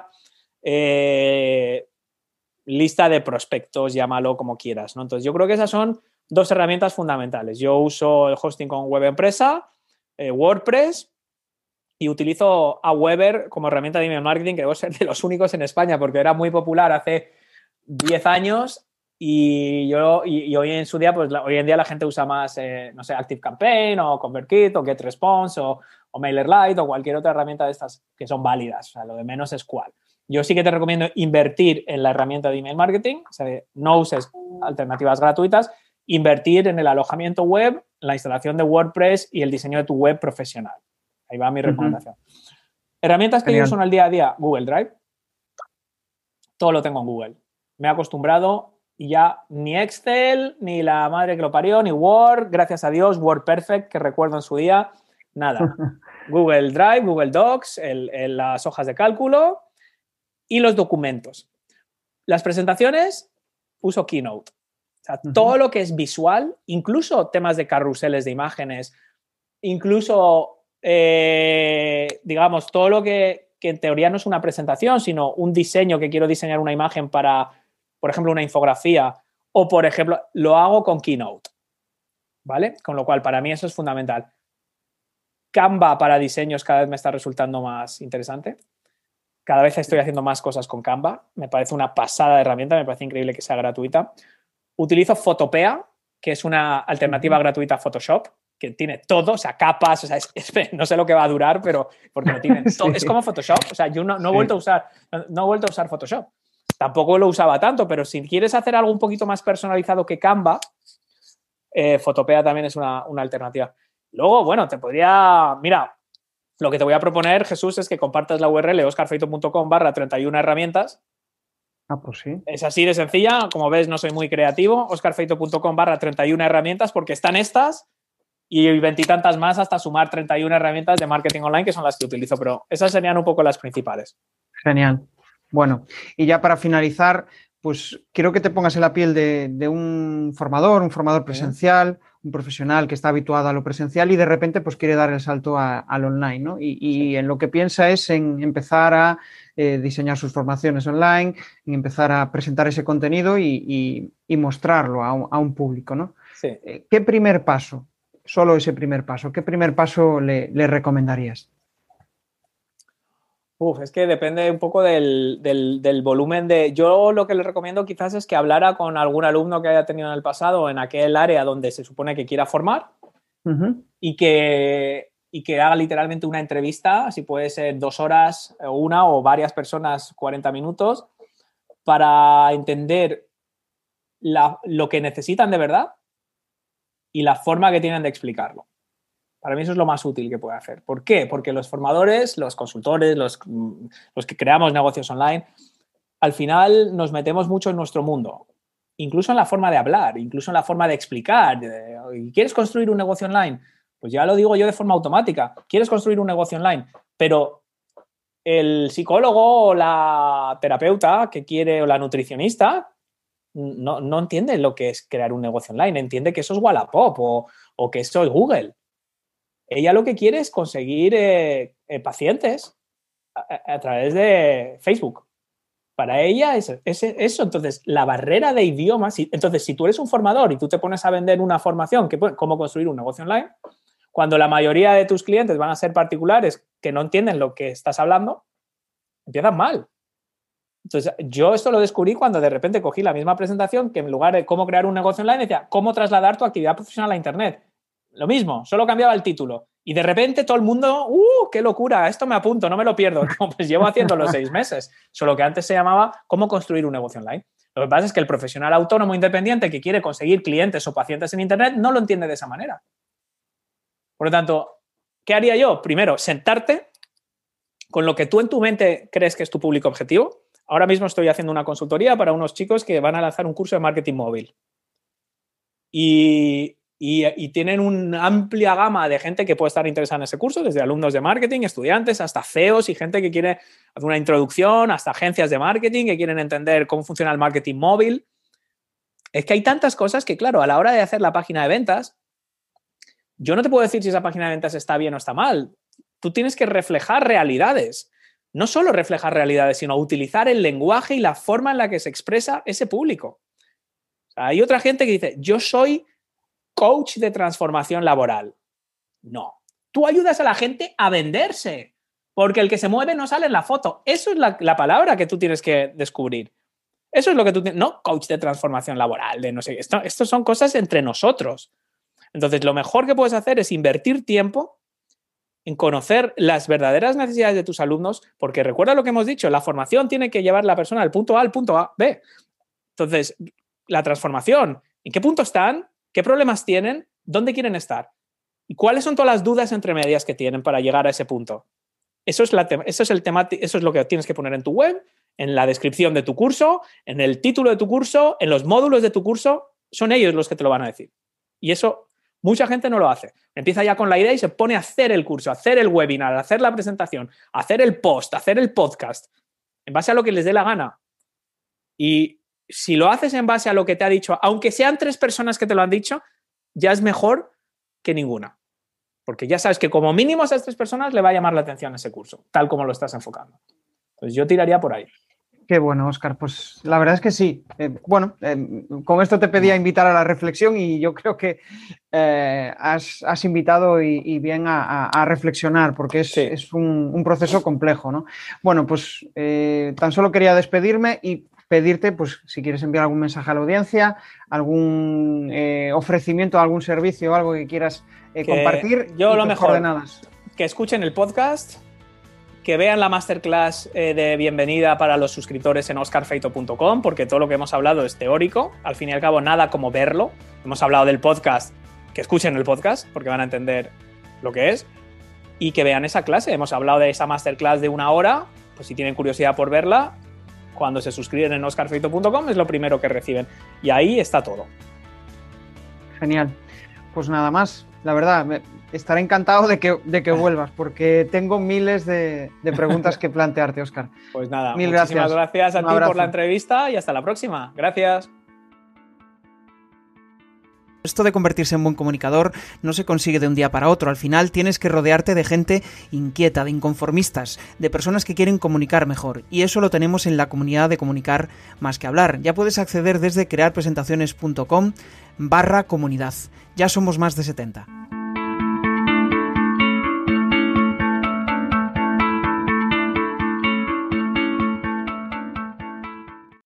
C: / lista de prospectos, llámalo como quieras, ¿no? Entonces yo creo que esas son 2 herramientas fundamentales. Yo uso el hosting con Web Empresa, WordPress y utilizo Aweber como herramienta de email marketing, que debo ser de los únicos en España porque era muy popular hace 10 años y hoy en su día, pues hoy en día la gente usa más, no sé, ActiveCampaign o ConvertKit o GetResponse o MailerLite o cualquier otra herramienta de estas que son válidas. O sea, lo de menos es cuál. Yo sí que te recomiendo invertir en la herramienta de email marketing, o sea, no uses alternativas gratuitas, invertir en el alojamiento web, la instalación de WordPress y el diseño de tu web profesional. Ahí va mi recomendación. Herramientas que yo uso en el día a día, Google Drive. Todo lo tengo en Google. Me he acostumbrado y ya ni Excel, ni la madre que lo parió, ni Word, gracias a Dios, WordPerfect, que recuerdo en su día, nada. Google Drive, Google Docs, las hojas de cálculo y los documentos. Las presentaciones, uso Keynote. O sea, todo lo que es visual, incluso temas de carruseles de imágenes, incluso, digamos, todo lo que en teoría no es una presentación, sino un diseño que quiero diseñar una imagen para, por ejemplo, una infografía o, por ejemplo, lo hago con Keynote, ¿vale? Con lo cual, para mí eso es fundamental. Canva para diseños cada vez me está resultando más interesante. Cada vez estoy haciendo más cosas con Canva. Me parece una pasada de herramienta, me parece increíble que sea gratuita. Utilizo Photopea, que es una alternativa gratuita a Photoshop, que tiene todo, o sea, capas, o sea, no sé lo que va a durar, pero porque lo tiene todo. Es como Photoshop, o sea, yo no he vuelto a usar Photoshop. Tampoco lo usaba tanto, pero si quieres hacer algo un poquito más personalizado que Canva, Photopea también es una alternativa. Luego, bueno, mira, lo que te voy a proponer, Jesús, es que compartas la URL oscarfeito.com/31 herramientas.
A: Ah, pues sí.
C: Es así de sencilla. Como ves, no soy muy creativo. oscarfeito.com/31 herramientas, porque están estas y 20 y tantas más hasta sumar 31 herramientas de marketing online, que son las que utilizo. Pero esas serían un poco las principales.
A: Genial. Bueno, y ya para finalizar, pues quiero que te pongas en la piel de un formador presencial, un profesional que está habituado a lo presencial y de repente pues quiere dar el salto al online, ¿no? Y en lo que piensa es en empezar a diseñar sus formaciones online, en empezar a presentar ese contenido y mostrarlo a un público, ¿no?
C: Sí.
A: ¿Qué primer paso, solo ese primer paso, qué primer paso le recomendarías?
C: Es que depende un poco del volumen de... Yo lo que le recomiendo quizás es que hablara con algún alumno que haya tenido en el pasado en aquel área donde se supone que quiera formar y que haga literalmente una entrevista, si puede ser 2 horas, una o varias personas, 40 minutos, para entender lo que necesitan de verdad y la forma que tienen de explicarlo. Para mí eso es lo más útil que puede hacer. ¿Por qué? Porque los formadores, los consultores, los que creamos negocios online, al final nos metemos mucho en nuestro mundo, incluso en la forma de hablar, incluso en la forma de explicar. ¿Quieres construir un negocio online? Pues ya lo digo yo de forma automática. ¿Quieres construir un negocio online? Pero el psicólogo o la terapeuta que quiere, o la nutricionista, no entiende lo que es crear un negocio online, entiende que eso es Wallapop o que eso es Google. Ella lo que quiere es conseguir pacientes a través de Facebook. Para ella es eso. Entonces, la barrera de idiomas... Entonces, si tú eres un formador y tú te pones a vender una formación, cómo construir un negocio online, cuando la mayoría de tus clientes van a ser particulares que no entienden lo que estás hablando, empiezan mal. Entonces, yo esto lo descubrí cuando de repente cogí la misma presentación que en lugar de cómo crear un negocio online, decía cómo trasladar tu actividad profesional a Internet. Lo mismo, solo cambiaba el título. Y de repente todo el mundo, ¡qué locura! Esto me apunto, no me lo pierdo. No, pues llevo haciéndolo 6 meses. Solo que antes se llamaba cómo construir un negocio online. Lo que pasa es que el profesional autónomo independiente que quiere conseguir clientes o pacientes en Internet no lo entiende de esa manera. Por lo tanto, ¿qué haría yo? Primero, sentarte con lo que tú en tu mente crees que es tu público objetivo. Ahora mismo estoy haciendo una consultoría para unos chicos que van a lanzar un curso de marketing móvil. Y tienen una amplia gama de gente que puede estar interesada en ese curso, desde alumnos de marketing, estudiantes, hasta CEOs y gente que quiere hacer una introducción, hasta agencias de marketing que quieren entender cómo funciona el marketing móvil. Es que hay tantas cosas que, claro, a la hora de hacer la página de ventas, yo no te puedo decir si esa página de ventas está bien o está mal. Tú tienes que reflejar realidades. No solo reflejar realidades, sino utilizar el lenguaje y la forma en la que se expresa ese público. O sea, hay otra gente que dice, yo soy coach de transformación laboral. No. Tú ayudas a la gente a venderse, porque el que se mueve no sale en la foto. Eso es la palabra que tú tienes que descubrir. Eso es lo que tú tienes. No coach de transformación laboral, de no sé. Esto son cosas entre nosotros. Entonces, lo mejor que puedes hacer es invertir tiempo en conocer las verdaderas necesidades de tus alumnos, porque recuerda lo que hemos dicho, la formación tiene que llevar a la persona del punto A al punto B. Entonces, la transformación, ¿en qué punto están? ¿Qué problemas tienen? ¿Dónde quieren estar? ¿Y cuáles son todas las dudas entre medias que tienen para llegar a ese punto? Eso es lo que tienes que poner en tu web, en la descripción de tu curso, en el título de tu curso, en los módulos de tu curso. Son ellos los que te lo van a decir. Y eso mucha gente no lo hace. Empieza ya con la idea y se pone a hacer el curso, a hacer el webinar, a hacer la presentación, a hacer el post, a hacer el podcast, en base a lo que les dé la gana. Y si lo haces en base a lo que te ha dicho, aunque sean 3 personas que te lo han dicho, ya es mejor que ninguna. Porque ya sabes que como mínimo a esas 3 personas le va a llamar la atención ese curso, tal como lo estás enfocando. Entonces yo tiraría por ahí.
A: Qué bueno, Óscar. Pues la verdad es que sí. Con esto te pedía invitar a la reflexión y yo creo que has invitado y bien a reflexionar, porque es un proceso complejo, ¿no? Bueno, pues tan solo quería despedirme y pedirte, pues si quieres enviar algún mensaje a la audiencia, algún ofrecimiento, algún servicio o algo que quieras compartir.
C: Yo lo mejor, que escuchen el podcast, que vean la masterclass de bienvenida para los suscriptores en oscarfeito.com, porque todo lo que hemos hablado es teórico. Al fin y al cabo, nada como verlo. Hemos hablado del podcast, que escuchen el podcast, porque van a entender lo que es. Y que vean esa clase. Hemos hablado de esa masterclass de 1 hora. Pues si tienen curiosidad por verla, cuando se suscriben en oscarfeito.com es lo primero que reciben. Y ahí está todo.
A: Genial. Pues nada más. La verdad, estaré encantado de que vuelvas, porque tengo miles de preguntas que plantearte, Óscar.
C: Pues nada, muchísimas gracias a ti por la entrevista y hasta la próxima. Gracias.
B: Esto de convertirse en buen comunicador no se consigue de un día para otro. Al final tienes que rodearte de gente inquieta, de inconformistas, de personas que quieren comunicar mejor. Y eso lo tenemos en la comunidad de Comunicar Más que Hablar. Ya puedes acceder desde crearpresentaciones.com/comunidad. Ya somos más de 70.